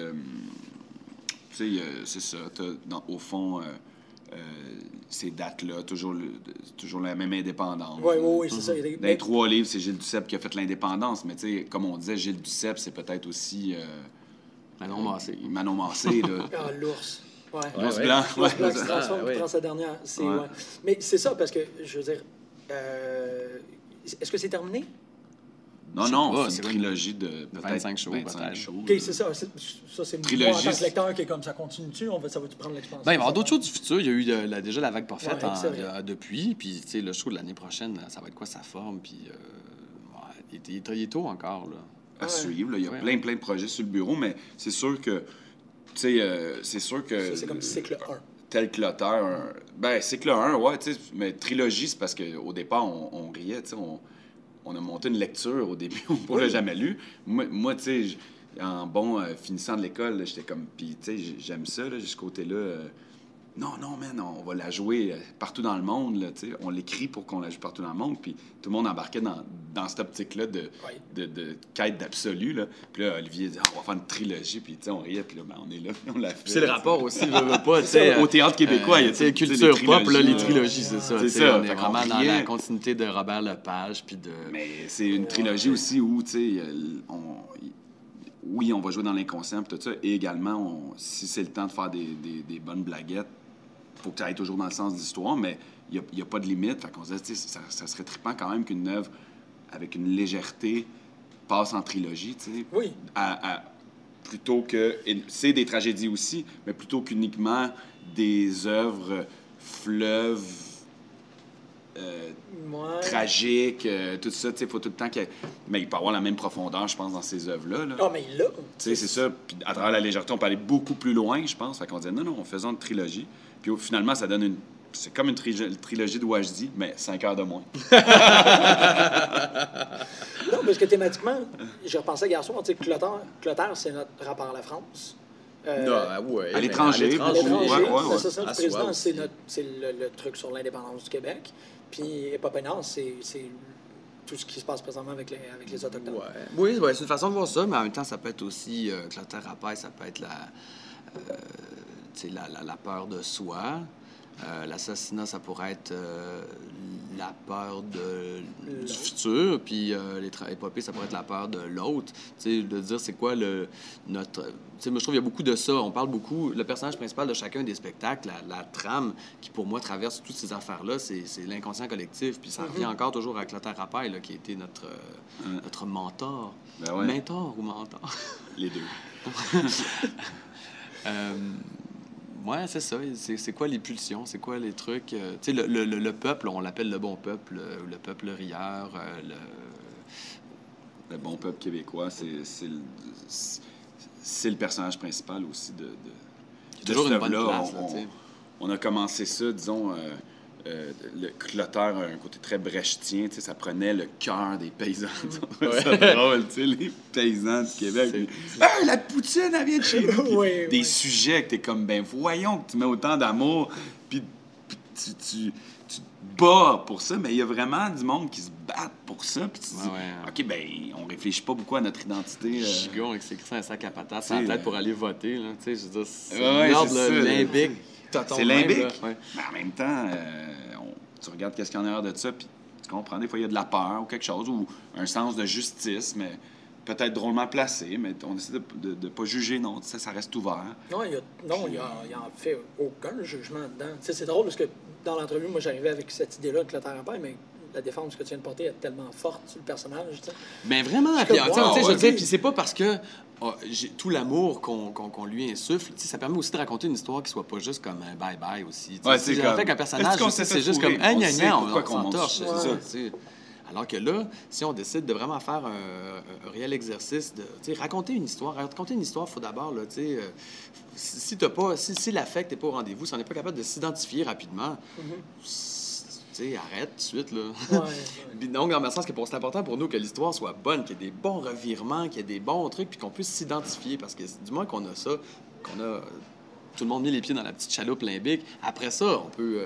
tu sais, c'est ça. Au fond, ces dates-là, toujours la même indépendance. Oui, c'est ça. Dans les 3 livres, c'est Gilles Duceppe qui a fait l'indépendance. Mais tu sais, comme on disait, Gilles Duceppe, c'est peut-être aussi Manon Massé. Manon Massé. Là. Ah, l'ours. Ouais. L'ours ouais. blanc. L'ours blanc qui se Ouais. transforme, ouais. qui prend sa dernière. Ouais. Ouais. Mais c'est ça, parce que, je veux dire, est-ce que c'est terminé? Non, pas, c'est c'est une trilogie de peut-être 25 shows, 25 peut-être. shows. OK, c'est ça. Ça, c'est Trilogie, moi, en tant que c'est- lecteur, qui est comme ça continue-tu, ça va-tu prendre l'expansion? Ben, il va y avoir d'autres choses du futur. Il y a eu déjà la vague pas faite Ouais, c'est vrai. depuis. Puis, tu sais, le show de l'année prochaine, ça va être quoi sa forme? Puis, ouais, il est tôt encore, là. À suivre. Là. Il y a Ouais. plein de projets sur le bureau, mais c'est sûr que, tu sais, c'est sûr que... Ça, c'est comme cycle 1. Tel Clotaire, ben, cycle 1, ouais, tu sais, mais trilogie, c'est parce qu'au départ, on riait, tu sais, on a monté une lecture au début, on ne l'a jamais lu. Moi tu sais, en finissant de l'école, là, j'étais comme, puis tu sais, j'aime ça, là, ce côté-là. Non, man, on va la jouer partout dans le monde, là, tu sais. On l'écrit pour qu'on la joue partout dans le monde, puis tout le monde embarquait dans cette optique-là de quête d'absolu, là. Puis là, Olivier dit, on va faire une trilogie, puis tu sais, on riait, puis là, ben, on est là, puis on l'a fait. C'est le rapport aussi, je veux pas, tu sais. Au théâtre québécois, il y a tu sais, tu sais, culture des pop, là, les trilogies, trilogies, c'est ça. C'est tu sais, ça, on est fait qu'on vraiment dans riait. la continuité de Robert Lepage, puis de... Mais c'est une trilogie aussi où, tu sais, oui, on va jouer dans l'inconscient et tout ça, et également, si c'est le temps de faire des bonnes blaguettes, faut que ça aille toujours dans le sens de l'histoire, mais il n'y a pas de limite. Fait qu'on se dit, tu sais, ça serait trippant quand même qu'une œuvre avec une légèreté passe en trilogie, tu sais. Oui. Plutôt que... C'est des tragédies aussi, mais plutôt qu'uniquement des œuvres fleuves... Moi... tragique, tout ça, tu sais, il faut tout le temps qu'il y ait... Mais il peut avoir la même profondeur, je pense, dans ces œuvres-là. Là. Ah, mais là... Tu sais, c'est ça. Puis à travers la légèreté, on peut aller beaucoup plus loin, je pense. Fait qu'on disait, non, faisons une trilogie. Puis finalement, ça donne une... C'est comme une trilogie de Wajdi, mais 5 heures de moins. Non, parce que thématiquement, j'ai repensé hier soir, tu sais, Clotaire, c'est notre rapport à la France. ouais, à l'étranger, À l'étranger, Ouais. l'assassinat À du président, soi c'est aussi. le truc sur l'indépendance du Québec. Puis Épopénance, c'est tout ce qui se passe présentement avec les Autochtones. Ouais. Oui, c'est une façon de voir ça, mais en même temps, ça peut être aussi Clotaire Raphaël, ça peut être la peur de soi. L'assassinat, ça pourrait être la peur du futur, puis l'épopée, ça pourrait être la peur de l'autre. Tu sais, de dire c'est quoi notre... Tu sais, moi, je trouve qu'il y a beaucoup de ça. On parle beaucoup... Le personnage principal de chacun des spectacles, la trame qui, pour moi, traverse toutes ces affaires-là, c'est l'inconscient collectif. Puis ça revient encore toujours à Clotaire Raphaël, là, qui a été notre mentor. Ben ouais. Mentor ou mentor? Les deux. Ouais, c'est ça. C'est quoi les pulsions? C'est quoi les trucs? Tu sais, le peuple, on l'appelle le bon peuple, le peuple rieur. Le bon peuple québécois, c'est le personnage principal aussi de toujours cette une bonne œuvre-là. place, là, tu sais. On a commencé ça, disons... le Clotaire a un côté très brechtien, tu sais, ça prenait le cœur des paysans. C'est drôle, tu sais, les paysans du Québec. Hey, la poutine, elle vient de chez nous! Puis Oui, des oui. sujets que t'es comme, ben voyons que tu mets autant d'amour. Puis tu tu te bats pour ça, mais il y a vraiment du monde qui se bat pour ça. Puis tu dis, OK, ben on réfléchit pas beaucoup à notre identité. Gigon avec écrit ça un sac à patates sans tête pour aller voter. Là. Je veux dire, c'est limbique. C'est limbique. Ouais. Mais en même temps, tu regardes qu'est-ce qu'il y en a l'air de ça, puis tu comprends, des fois, il y a de la peur ou quelque chose, ou un sens de justice, mais peut-être drôlement placé, mais on essaie de ne pas juger, non, ça reste ouvert. Non, il n'y a en fait aucun jugement dedans. C'est drôle parce que dans l'entrevue, moi, j'arrivais avec cette idée-là de Clotaire en paix, mais la défense que tu viens de porter est tellement forte sur le personnage. T'sais. Mais vraiment, je veux dire, puis c'est pas parce que j'ai tout l'amour qu'on lui insuffle, ça permet aussi de raconter une histoire qui soit pas juste comme un bye-bye aussi. C'est comme... fait qu'un personnage, c'est juste comme on s'entorche. Alors que là, si on décide de vraiment faire un réel exercice de raconter une histoire, il faut d'abord, si l'affect n'est pas au rendez-vous, si on n'est pas capable de s'identifier rapidement, arrête tout de suite. Là. Donc, dans le sens que c'est important pour nous que l'histoire soit bonne, qu'il y ait des bons revirements, qu'il y ait des bons trucs, puis qu'on puisse s'identifier. Parce que du moins qu'on a ça, qu'on a tout le monde mis les pieds dans la petite chaloupe limbique, après ça, on peut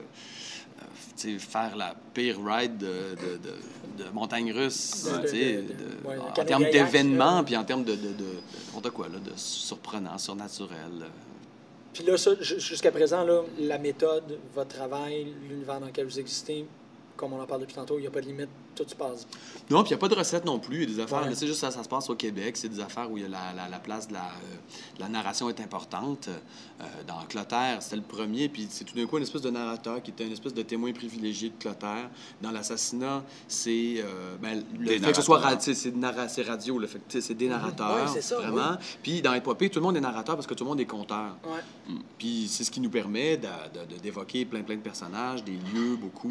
faire la pire ride de montagne russe, en termes d'événements, puis en termes de surprenant, surnaturel. Puis là, ça, jusqu'à présent, là, la méthode, votre travail, l'univers dans lequel vous existez, comme on en parle depuis tantôt, il n'y a pas de limite, tout se passe. Non, puis il n'y a pas de recette non plus. Il y a des affaires, mais c'est juste ça se passe au Québec. C'est des affaires où il y a la place de la narration est importante. Dans Clotaire, c'était le premier, puis c'est tout d'un coup une espèce de narrateur qui était une espèce de témoin privilégié de Clotaire. Dans l'assassinat, c'est le fait que ce soit c'est radio, le fait que c'est des narrateurs, c'est ça, vraiment. Puis dans l'épopée, tout le monde est narrateur parce que tout le monde est conteur. Puis c'est ce qui nous permet d'évoquer plein de personnages, des lieux, beaucoup,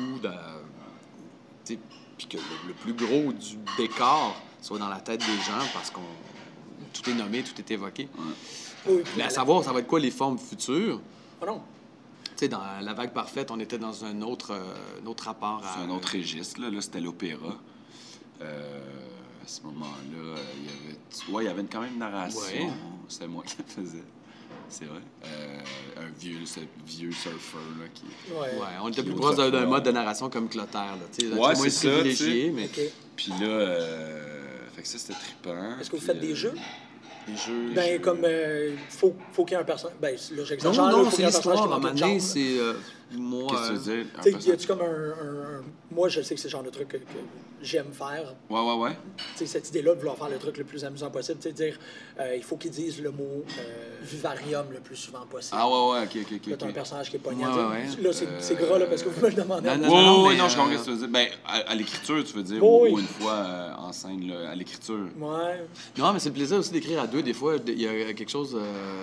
puis que le plus gros du décor soit dans la tête des gens parce qu'on tout est nommé, tout est évoqué. Mais à savoir, ça va être quoi les formes futures? Non. Dans La Vague Parfaite, on était dans un autre rapport à... C'est un autre registre. Là c'était l'opéra. À ce moment-là, il y avait quand même une narration. Ouais. C'était moi qui la faisais. C'est vrai. Un vieux surfeur là, qui... on était plus proche d'un mode de narration comme Clotaire. Moins privilégié, mais... Puis là, fait que ça, c'était trippant. Est-ce que vous faites des jeux? Des jeux... Ben, comme... faut qu'il y ait un personnage... Ben, là, j'exagère. Non, c'est l'histoire. À un moment donné, c'est... moi... Qu'est-ce que tu veux dire? Y a-tu comme Moi, je sais que c'est le genre de truc que j'aime faire. Ouais. Cette idée-là de vouloir faire le truc le plus amusant possible. Dire, il faut qu'ils disent le mot vivarium le plus souvent possible. Ah ouais, OK. Là, t'as un personnage qui est poignant. Là, c'est gras, là, parce que vous me le demandez. Non, je comprends ce que tu veux dire. Ben, à l'écriture, tu veux dire, ou une fois en scène, là, à l'écriture. Ouais. Non, mais c'est le plaisir aussi d'écrire à deux. Des fois, il y a quelque chose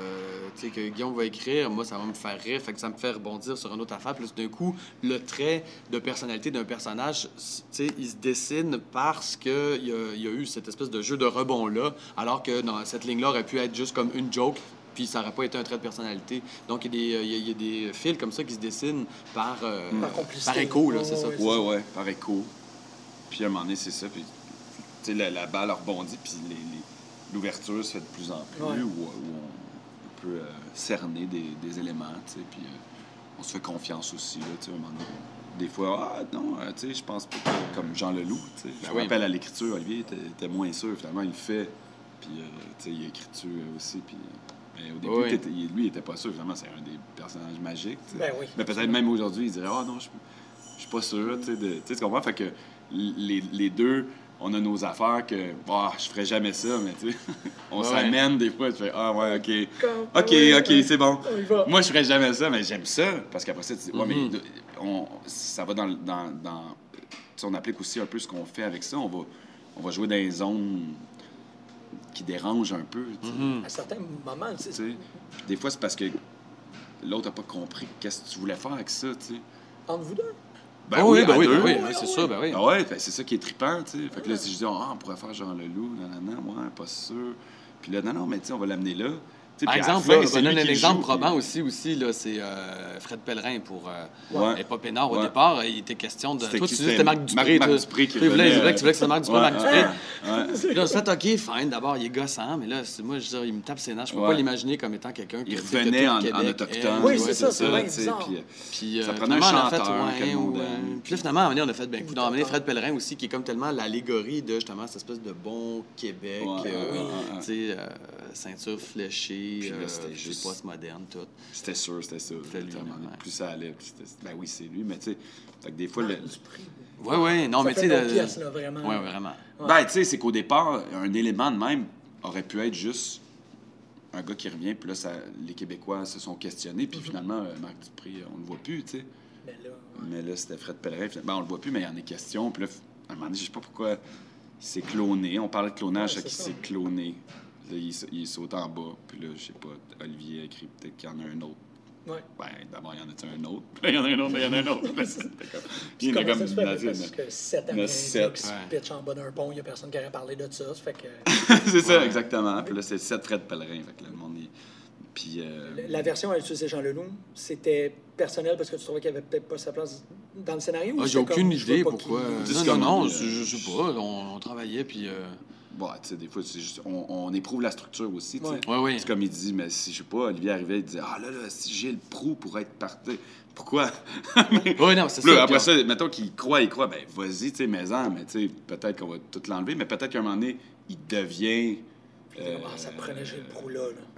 que Guillaume va écrire, moi, ça va me faire rire, fait que ça me fait rebondir sur une autre affaire. Puis d'un coup, le trait de personnalité d'un personnage, il se dessine parce qu'il y a eu cette espèce de jeu de rebond-là, alors que dans cette ligne-là aurait pu être juste comme une joke, puis ça n'aurait pas été un trait de personnalité. Donc, il y a des fils comme ça qui se dessinent par écho, là, c'est ça. Ouais, par écho. Puis à un moment donné, c'est ça. Puis, tu sais, la balle rebondit, puis l'ouverture se fait de plus en plus, où on peut cerner des éléments, tu sais, puis on se fait confiance aussi, là, tu sais, à un moment donné. Des fois, tu sais, je pense pas que, comme Jean Leloup, tu sais, je me rappelle à l'écriture, Olivier était moins sûr, finalement, il le fait, puis, tu sais, il a écrit aussi, puis... Mais au début, lui, il était pas sûr, finalement, c'est un des personnages magiques, tu sais. Mais peut-être même aujourd'hui, il dirait, non, je suis pas sûr, tu sais, tu comprends? Fait que les deux... On a nos affaires que, je ferais jamais ça, mais tu sais, on s'amène des fois, tu fais, OK, c'est bon. Moi, je ferais jamais ça, mais j'aime ça, parce qu'après ça, tu dis, mais ça va dans on applique aussi un peu ce qu'on fait avec ça, on va jouer dans des zones qui dérangent un peu, tu sais. À certains moments, tu sais. Des fois, c'est parce que l'autre n'a pas compris qu'est-ce que tu voulais faire avec ça, tu sais. Entre vous deux? Oui, c'est ça, ben oui. Ah ouais, c'est ça qui est trippant, tu sais. Fait que là, si je dis, on pourrait faire Jean Leloup, ouais, pas sûr. Puis là, non, mais tu sais, on va l'amener là. Tu Par exemple, là, je donne un exemple probant aussi là, c'est Fred Pellerin pour Pas Pénard. Au départ, il était question de... Toi, tu dis que c'était Marc Dupré. Marc Dupré qui revenait. Tu voulais que c'était Marc Dupré, Marc Dupré. Ouais. Là, c'est OK, fine. D'abord, il est gossant, mais là, moi, je veux dire, il me tape ses nerfs. Je peux pas l'imaginer comme étant quelqu'un qui... Il revenait en autochtone. Oui, c'est ça, c'est bien bizarre. Puis ça prenait un chanteur. Puis là, finalement, à un moment donné, on a fait, ben, écoute, on a amené Fred Pellerin aussi, qui est comme tellement l'allégorie de, justement, cette espèce de bon Québec, tu sais, ceinture fléchée, c'est post-moderne, tout. C'était sûr, c'était ça. Plus ça allait, plus c'était... Ben oui, c'est lui, mais tu sais, fait que des fois... Oui, non, mais tu sais... vraiment. Oui, vraiment. Ben, tu sais, c'est qu'au départ, un élément de même aurait pu être juste un gars qui revient, puis là, les Québécois se sont questionnés, puis finalement, Marc Dupré, on le voit plus, tu sais. Mais là, c'était Fred Pellerin. Ben, on le voit plus, mais il y en a question. Puis là, à un moment donné, je sais pas pourquoi il s'est cloné. On parlait de clonage, qui s'est cloné. Là, il saute en bas. Puis là, je sais pas, Olivier a écrit peut-être qu'il y en a un autre. Ouais. Ben, d'abord, il y en a un autre. Puis là, il y en a un autre, il y en a un autre. Il y en a comme... Parce que 7 Américains qui se pitchent en bas d'un pont, il n'y a personne qui aurait parlé de ça. Ça fait que... c'est ça, exactement. Puis là, c'est 7 Fred Pellerin. Fait que là, le monde... Puis, la version à utiliser Jean Leloup, c'était personnel parce que tu trouvais qu'il n'y avait peut-être pas sa place dans le scénario? J'ai aucune idée pourquoi. Non, je sais pas. On travaillait, puis... Bon, tu sais, des fois, c'est juste, on éprouve la structure aussi, tu sais. Oui. C'est comme il dit, mais si, je sais pas, Olivier arrivait, il disait, là, si j'ai le prou pour être parti, pourquoi? Oui, non, c'est ça. Après ça, mettons qu'il croit, ben vas-y, tu sais, mais tu sais, peut-être qu'on va tout l'enlever, mais peut-être qu'à un moment donné, il devient... ça prenait Gilles Proulx,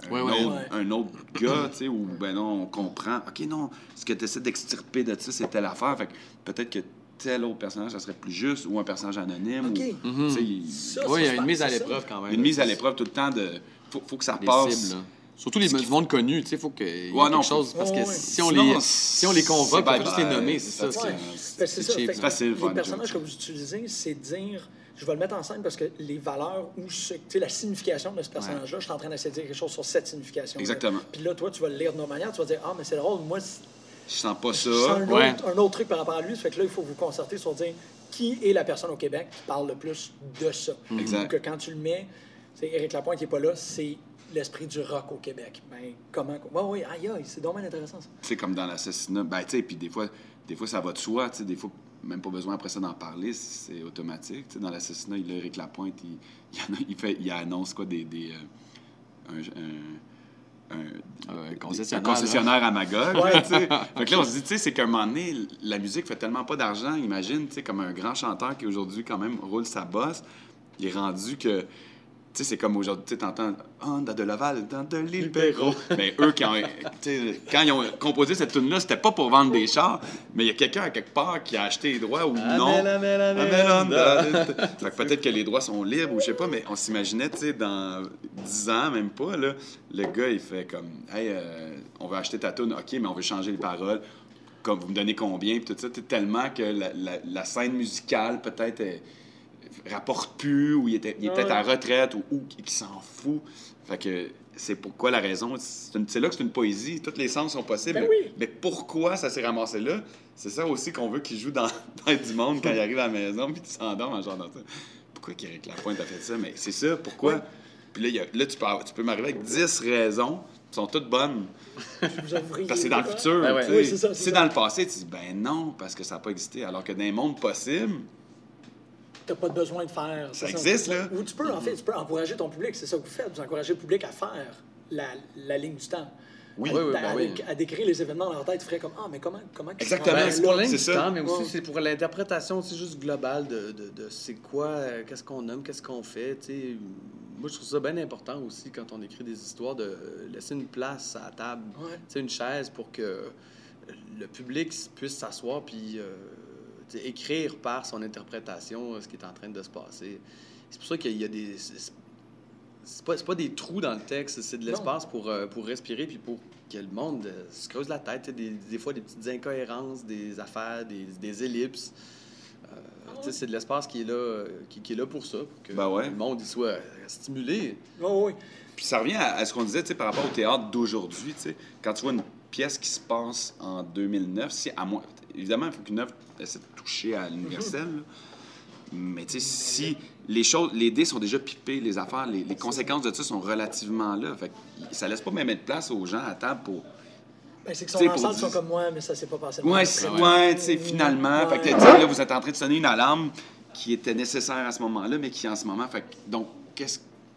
un autre gars, tu sais, où, ben non, on comprend. OK, non, ce que tu essaies d'extirper de ça, c'est telle affaire. Fait que peut-être que tel autre personnage, ça serait plus juste, ou un personnage anonyme. OK. Il y a une mise à l'épreuve quand même. Une mise à l'épreuve tout le temps de... Faut que ça les passe... Cibles, surtout les monde connus, tu sais, il faut qu'il y ait quelque chose. Parce que si on les convoque, il faut juste les nommer, c'est ça. C'est facile. Les personnages que vous utilisez, c'est dire... Je vais le mettre en scène parce que les valeurs ou la signification de ce personnage-là, je suis en train d'essayer de dire quelque chose sur cette signification. Exactement. Puis là, toi, tu vas le lire d'une autre manière, tu vas dire, mais c'est drôle, moi... Je sens pas ça. Je sens un autre truc par rapport à lui. Ça fait que là, il faut vous concerter sur dire qui est la personne au Québec qui parle le plus de ça. Exact. Ou que quand tu le mets, c'est Éric Lapointe qui n'est pas là, c'est l'esprit du rock au Québec. Ben, comment... Oui, aïe, c'est dommage intéressant, ça. Tu sais, comme dans l'assassinat, ben, tu sais, puis des fois, ça va de soi, tu sais, des fois, même pas besoin après ça d'en parler, c'est automatique. Tu sais, dans l'assassinat, il a Éric Lapointe, il annonce quoi, un concessionnaire à Magog. Tu sais. Fait que là, on se dit, tu sais, c'est qu'à un moment donné, la musique fait tellement pas d'argent. Imagine, tu sais, comme un grand chanteur qui aujourd'hui, quand même, roule sa bosse, il est rendu que... Tu sais, c'est comme aujourd'hui, tu t'entends « Ah, dans de Laval, dans de l'île Perrault ». Mais eux, quand ils ont composé cette tune-là, c'était pas pour vendre des chars, mais il y a quelqu'un à quelque part qui a acheté les droits ou non. Fait que peut-être que les droits sont libres ou je sais pas, mais on s'imaginait, tu sais, dans 10 ans, même pas, là, le gars, il fait comme « Hey, on veut acheter ta tune, OK, mais on veut changer les paroles. Comme vous me donnez combien? » Puis tout ça, tellement que la scène musicale, peut-être... rapporte plus, ou il était peut-être à la retraite, ou qui s'en fout. Fait que c'est pourquoi la raison... C'est là que c'est une poésie. Tous les sens sont possibles. Ben oui. Mais pourquoi ça s'est ramassé là? C'est ça aussi qu'on veut qu'il joue dans du monde quand il arrive à la maison, puis il s'endort en genre dans ça. Pourquoi Éric Lapointe a fait ça? Mais c'est ça, pourquoi? Oui. Puis là, tu peux m'arriver avec 10 raisons, qui sont toutes bonnes. Parce que c'est dans le futur. Ben ouais. Oui, c'est dans le passé, tu dis, ben non, parce que ça n'a pas existé. Alors que dans les mondes possibles... T'as pas besoin de faire... Ça existe, là. Ou tu peux, en fait, encourager ton public. C'est ça que vous faites. Vous encouragez le public à faire la ligne du temps. Oui, à décrire les événements dans leur tête, tu ferais comme « Ah, mais comment exactement, c'est pour la ligne du temps, mais aussi c'est pour l'interprétation aussi juste globale de c'est quoi, qu'est-ce qu'on nomme, qu'est-ce qu'on fait, tu sais. Moi, je trouve ça bien important aussi, quand on écrit des histoires, de laisser une place à la table, tu sais, une chaise pour que le public puisse s'asseoir puis... écrire par son interprétation ce qui est en train de se passer. C'est pour ça qu'il y a des... C'est pas des trous dans le texte, c'est de l'espace pour respirer puis pour que le monde se creuse la tête. Des fois, des petites incohérences, des affaires, des ellipses. C'est de l'espace qui est là pour ça, pour que le monde il soit stimulé. Oui. Puis ça revient à ce qu'on disait par rapport au théâtre d'aujourd'hui. Quand tu vois une pièce qui se passe en 2009, évidemment, il faut qu'une œuvre essaie de toucher à l'universel, Mais tu sais, si les dés sont déjà pipés, les affaires, les conséquences de ça sont relativement là. Fait que ça laisse pas même être place aux gens à table pour... Ben, c'est que son ensemble sont comme moi, mais ça s'est pas passé. Ouais, tu sais, finalement. Fait que là, vous êtes en train de sonner une alarme qui était nécessaire à ce moment-là, mais qui en ce moment... Fait que, donc, est-ce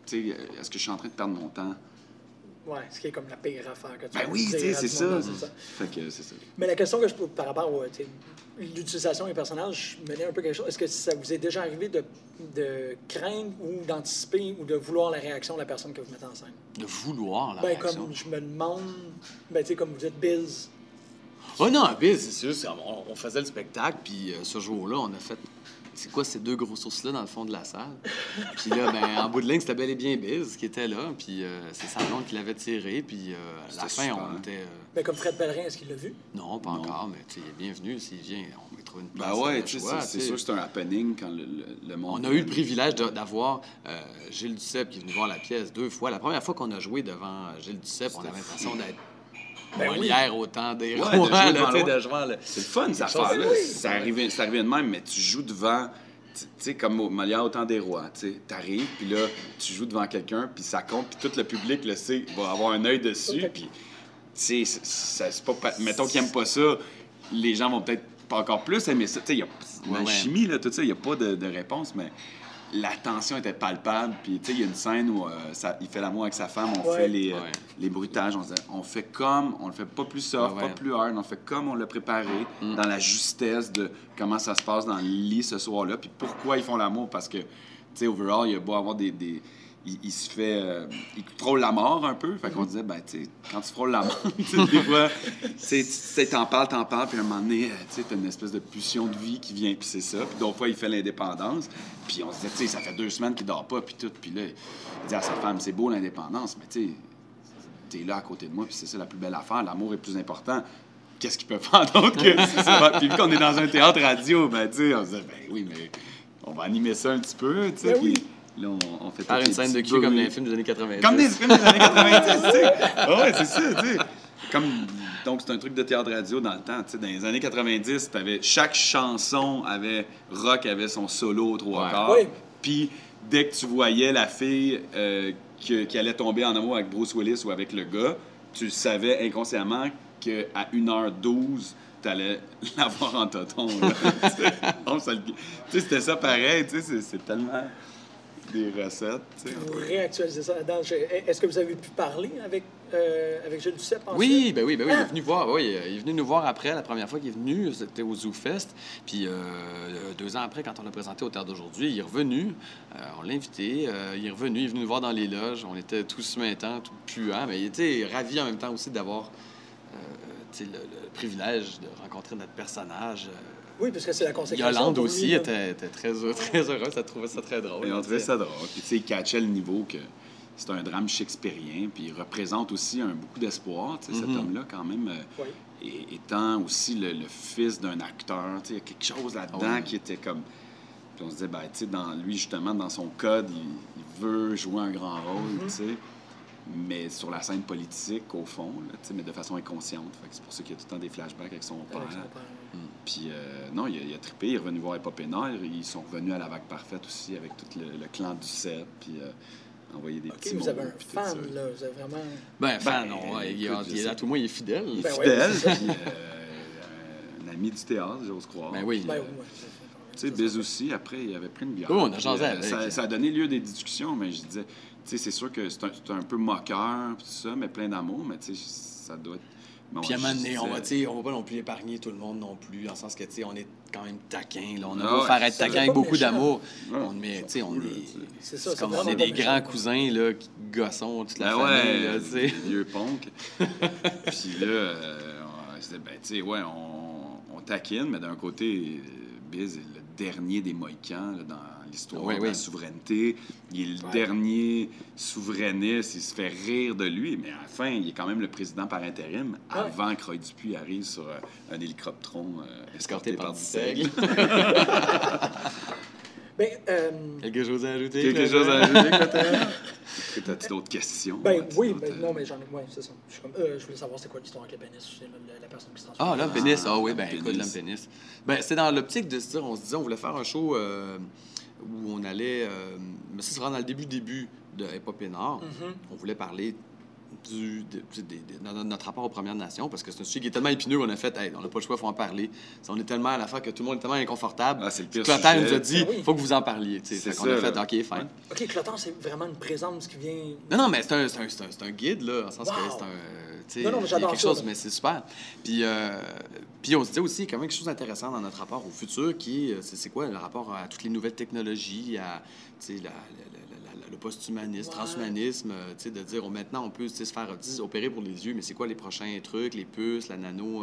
que je suis en train de perdre mon temps? Oui, ce qui est comme la pire affaire que tu Ben oui, tu sais, c'est ça. Fait que c'est ça. Mais la question que je peux, par rapport à l'utilisation des personnages, je menais un peu quelque chose. Est-ce que ça vous est déjà arrivé de craindre ou d'anticiper ou de vouloir la réaction de la personne que vous mettez en scène? De vouloir la ben, réaction? Comme je me demande, ben, tu sais, comme vous êtes Biz. Oh non, Biz, c'est juste, on faisait le spectacle, puis ce jour-là, on a fait... C'est quoi ces deux gros sources-là dans le fond de la salle? Puis là, ben, en bout de ligne, c'était bel et bien Biz qui était là. Puis c'est sa blonde qui l'avait tiré. Puis à la fin, super. On était... Mais comme Fred Pellerin, est-ce qu'il l'a vu? Non, pas encore, mais il est bienvenu. S'il vient, on va trouver une place. Ben ouais, c'est sûr que c'est un happening quand le monde... On a eu le privilège d'avoir Gilles Duceppe qui est venu voir la pièce 2 fois. La première fois qu'on a joué devant Gilles Duceppe, on avait l'impression d'être... Molière au temps des rois, c'est le fun, cette affaire-là. C'est arrivé de même, mais tu joues devant... Tu sais, comme Molière au temps des rois, tu sais, t'arrives, puis là, tu joues devant quelqu'un, puis ça compte, puis tout le public le sait, va avoir un œil dessus, puis, tu sais, c'est pas... Mettons qu'ils aiment pas ça, les gens vont peut-être pas encore plus aimer ça. Tu sais, il y a la chimie, là, tout ça, il y a pas de réponse, mais... La tension était palpable, puis tu sais, il y a une scène où il fait l'amour avec sa femme, on fait les bruitages, on fait comme, on le fait pas plus soft, pas plus hard, on fait comme on l'a préparé, dans la justesse de comment ça se passe dans le lit ce soir-là, puis pourquoi ils font l'amour, parce que, tu sais, overall, il y a beau avoir il se fait... il frôle la mort un peu. Fait qu'on disait, ben, tu sais, quand tu frôles la mort, des fois, tu sais, t'en parles, puis à un moment donné, tu sais, t'as une espèce de pulsion de vie qui vient, puis c'est ça. Puis d'autres fois, il fait l'indépendance. Puis on se disait, tu sais, ça fait 2 semaines qu'il dort pas, puis tout. Puis là, il dit à sa femme, c'est beau l'indépendance, mais tu sais, t'es là à côté de moi, puis c'est ça la plus belle affaire. L'amour est plus important. Qu'est-ce qu'il peut faire d'autre que... Puis vu qu'on est dans un théâtre radio, ben, tu sais, on se disait, ben oui, mais on va animer ça un petit peu, tu sais. Ben oui. Là, on fait faire une scène de cul comme dans les films des années 90. Comme des films des années 90, tu sais. Ouais, c'est ça, tu sais. Donc, c'est un truc de théâtre radio dans le temps. Tu sais, dans les années 90, chaque chanson rock avait son solo aux 3 quarts. Oui. Puis, dès que tu voyais la fille qui allait tomber en amour avec Bruce Willis ou avec le gars, tu savais inconsciemment qu'à 1h12, t'allais l'avoir en toton. Tu sais, c'était ça pareil. Tu sais, c'est tellement... des recettes, tu sais. Vous réactualisez ça là-dedans. Est-ce que vous avez pu parler avec Gilles Duceppe ensuite? Oui, il est venu voir. Oui, il est venu nous voir après. La première fois qu'il est venu, c'était au Zoo Fest. Puis 2 ans après, quand on l'a présenté au Théâtre d'aujourd'hui, il est revenu. On l'a invité. Il est revenu. Il est venu nous voir dans les loges. On était tous suintants, tout puants. Mais il était ravi en même temps aussi d'avoir le privilège de rencontrer notre personnage. Oui, parce que c'est la consécration. Yolande aussi était très heureuse. Elle trouvait ça très drôle. Et on trouvait ça drôle. Puis, tu sais, il catchait le niveau que c'est un drame shakespearien, puis il représente aussi beaucoup d'espoir, tu sais, cet homme-là, quand même, étant aussi le fils d'un acteur. Tu sais, il y a quelque chose là-dedans qui était comme... Puis on se disait, ben, tu sais, lui, justement, dans son code, il veut jouer un grand rôle, tu sais, mais sur la scène politique, au fond, là, tu sais, mais de façon inconsciente. Fait que c'est pour ça qu'il y a tout le temps des flashbacks avec son père. Puis, non, il a trippé, il est revenu voir Épopénaire. Ils sont revenus à la Vague Parfaite aussi avec tout le clan du CEP, puis envoyer des petits mots. Vous avez un fan, là. Vous avez vraiment... Ben, fan, non. À tout le moins, il est fidèle. Il est fidèle, puis un ami du théâtre, j'ose croire. Ben oui. Tu sais, Biz aussi, après, il y avait plein de bières. Oh, on a changé avec. Ça a donné lieu à des discussions, mais je disais, tu sais, c'est sûr que c'est un peu moqueur, tout ça, mais plein d'amour, mais tu sais, ça doit être... Bon, puis à un moment donné, on va pas non plus épargner tout le monde non plus, dans le sens que, tu sais, on est quand même taquin, là. On a beau faire être taquin avec beaucoup d'amour. Mais, tu sais, on est des grands cousins, là, qui gossons toute la famille, là, tu sais. Vieux punk. Puis là, on se dit, ben, tu sais, ouais, on taquine, mais d'un côté, Biz est le dernier des Mohicans, là, dans l'histoire de la souveraineté. Il est le dernier souverainiste. Il se fait rire de lui, mais à la fin, il est quand même le président par intérim avant que Roy Dupuis arrive sur un hélicoptron escorté par du seigle. Quelque chose à ajouter? Quelque chose à ajouter, peut-être? Est-ce que tu as d'autres questions? Oui, non, mais j'en ai. Oui, c'est ça. Je voulais savoir c'était quoi l'histoire avec le pénis, la personne qui se transforme. Ah, l'homme pénis. Ah oui, l'homme écoute, pénis. l'homme pénis. C'était dans l'optique de se dire, on se disait, on voulait faire un show où on allait. Mais ça, c'est vraiment dans le début de Épopée Nord. On voulait parler de notre rapport aux Premières Nations, parce que c'est un sujet qui est tellement épineux qu'on a fait, hey, on n'a pas le choix, il faut en parler. On est tellement à la fin que tout le monde est tellement inconfortable. Ah, c'est le pire Clotaire sujet. nous a dit, il faut que vous en parliez. C'est On a ça, fait, là. OK, fine. OK, Clotaire, c'est vraiment une présence qui vient... Non, mais c'est un guide, là, dans le sens que c'est un... Non, mais il y a j'adore quelque ça, chose, là. mais c'est super. Puis on se disait aussi, il y a quand même quelque chose d'intéressant dans notre rapport au futur, qui est, c'est quoi, le rapport à toutes les nouvelles technologies, à, le post-humanisme, transhumanisme, de dire, maintenant, on peut se faire opérer pour les yeux, mais c'est quoi les prochains trucs, les puces, la nano,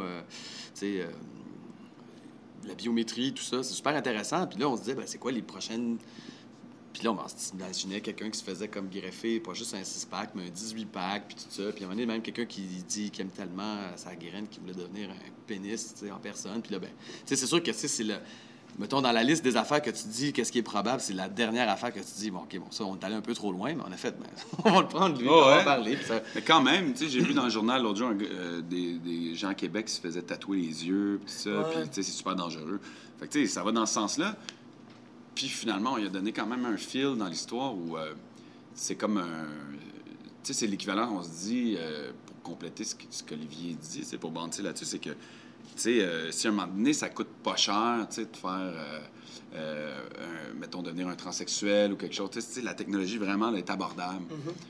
la biométrie, tout ça, c'est super intéressant. Puis là, on se disait, c'est quoi les prochaines... Puis là, on s'imaginait quelqu'un qui se faisait comme greffer, pas juste un 6-pack, mais un 18-pack, puis tout ça. Puis à un moment donné, même quelqu'un qui dit qu'il aime tellement sa graine qu'il voulait devenir un pénis, en personne. Puis là, c'est sûr que c'est le... Mettons, dans la liste des affaires que tu dis, qu'est-ce qui est probable, c'est la dernière affaire que tu dis, ça, on est allé un peu trop loin, mais en effet, on va le prendre, lui, on va en parler. Puis ça... Mais quand même, j'ai vu dans le journal l'autre jour des gens à Québec qui se faisaient tatouer les yeux, puis tout ça, puis c'est super dangereux. Fait que, ça va dans ce sens-là. Puis finalement, il a donné quand même un fil dans l'histoire où c'est comme un... c'est l'équivalent, on se dit, pour compléter ce qu'Olivier dit, c'est pour bandir là-dessus, c'est que, si à un moment donné, ça coûte pas cher, de faire, mettons, devenir un transsexuel ou quelque chose, la technologie vraiment là, est abordable.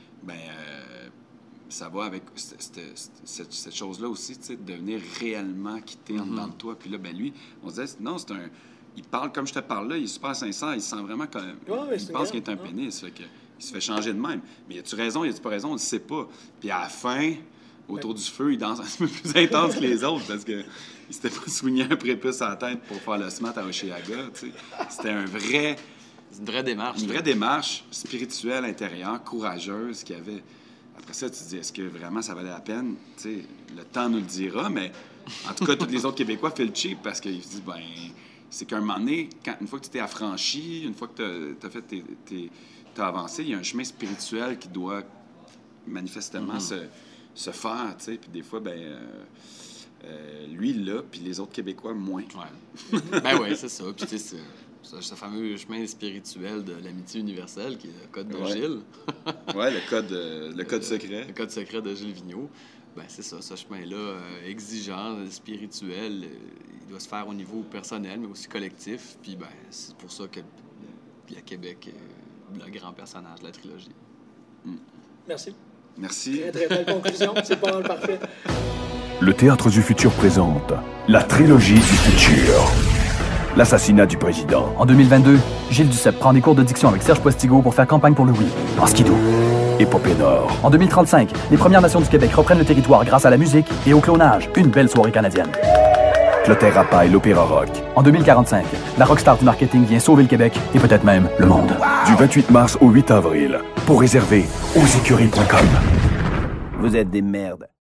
Ça va avec cette chose-là aussi, de devenir réellement quitté en dedans de toi. Puis là, lui, on se disait, non, c'est un... Il parle comme je te parle là, il est super sincère, il sent vraiment comme... il pense qu'il est un pénis, fait que, il se fait changer de même. Mais as-tu raison, as-tu pas raison, on ne sait pas. Puis à la fin, autour du feu, il danse un peu plus intense que les autres parce que il s'était pas soigné un prépuce à la tête pour faire le SMAT à Oshéaga, C'était une vraie démarche. Une vraie démarche spirituelle, intérieure, courageuse qu'il y avait. Après ça, tu te dis, est-ce que vraiment ça valait la peine? Le temps nous le dira, mais en tout cas, tous les autres Québécois font le cheap parce qu'ils se disent, c'est qu'à un moment donné, une fois que tu t'es affranchi, une fois que t'as avancé, il y a un chemin spirituel qui doit manifestement se faire, Puis des fois, lui, là, puis les autres Québécois, moins. Ouais. Oui, c'est ça. Puis ce fameux chemin spirituel de l'amitié universelle, qui est le code de Gilles. Oui, le code secret. Le code secret de Gilles Vigneault. C'est ça, ce chemin-là, exigeant, spirituel, il doit se faire au niveau personnel, mais aussi collectif. Puis, c'est pour ça que le Québec est le grand personnage de la trilogie. Merci. Merci. Très, très belle conclusion. C'est pas mal parfait. Le Théâtre du Futur présente la trilogie du futur. L'assassinat du président. En 2022, Gilles Duceppe prend des cours de diction avec Serge Postigo pour faire campagne pour le oui. En skidoo. Épopée Nord. En 2035, les Premières Nations du Québec reprennent le territoire grâce à la musique et au clonage. Une belle soirée canadienne. Clotaire Rapaille, l'opéra rock. En 2045, la rockstar du marketing vient sauver le Québec et peut-être même le monde. Du 28 mars au 8 avril. Pour réserver, ausécurie.com. Vous êtes des merdes.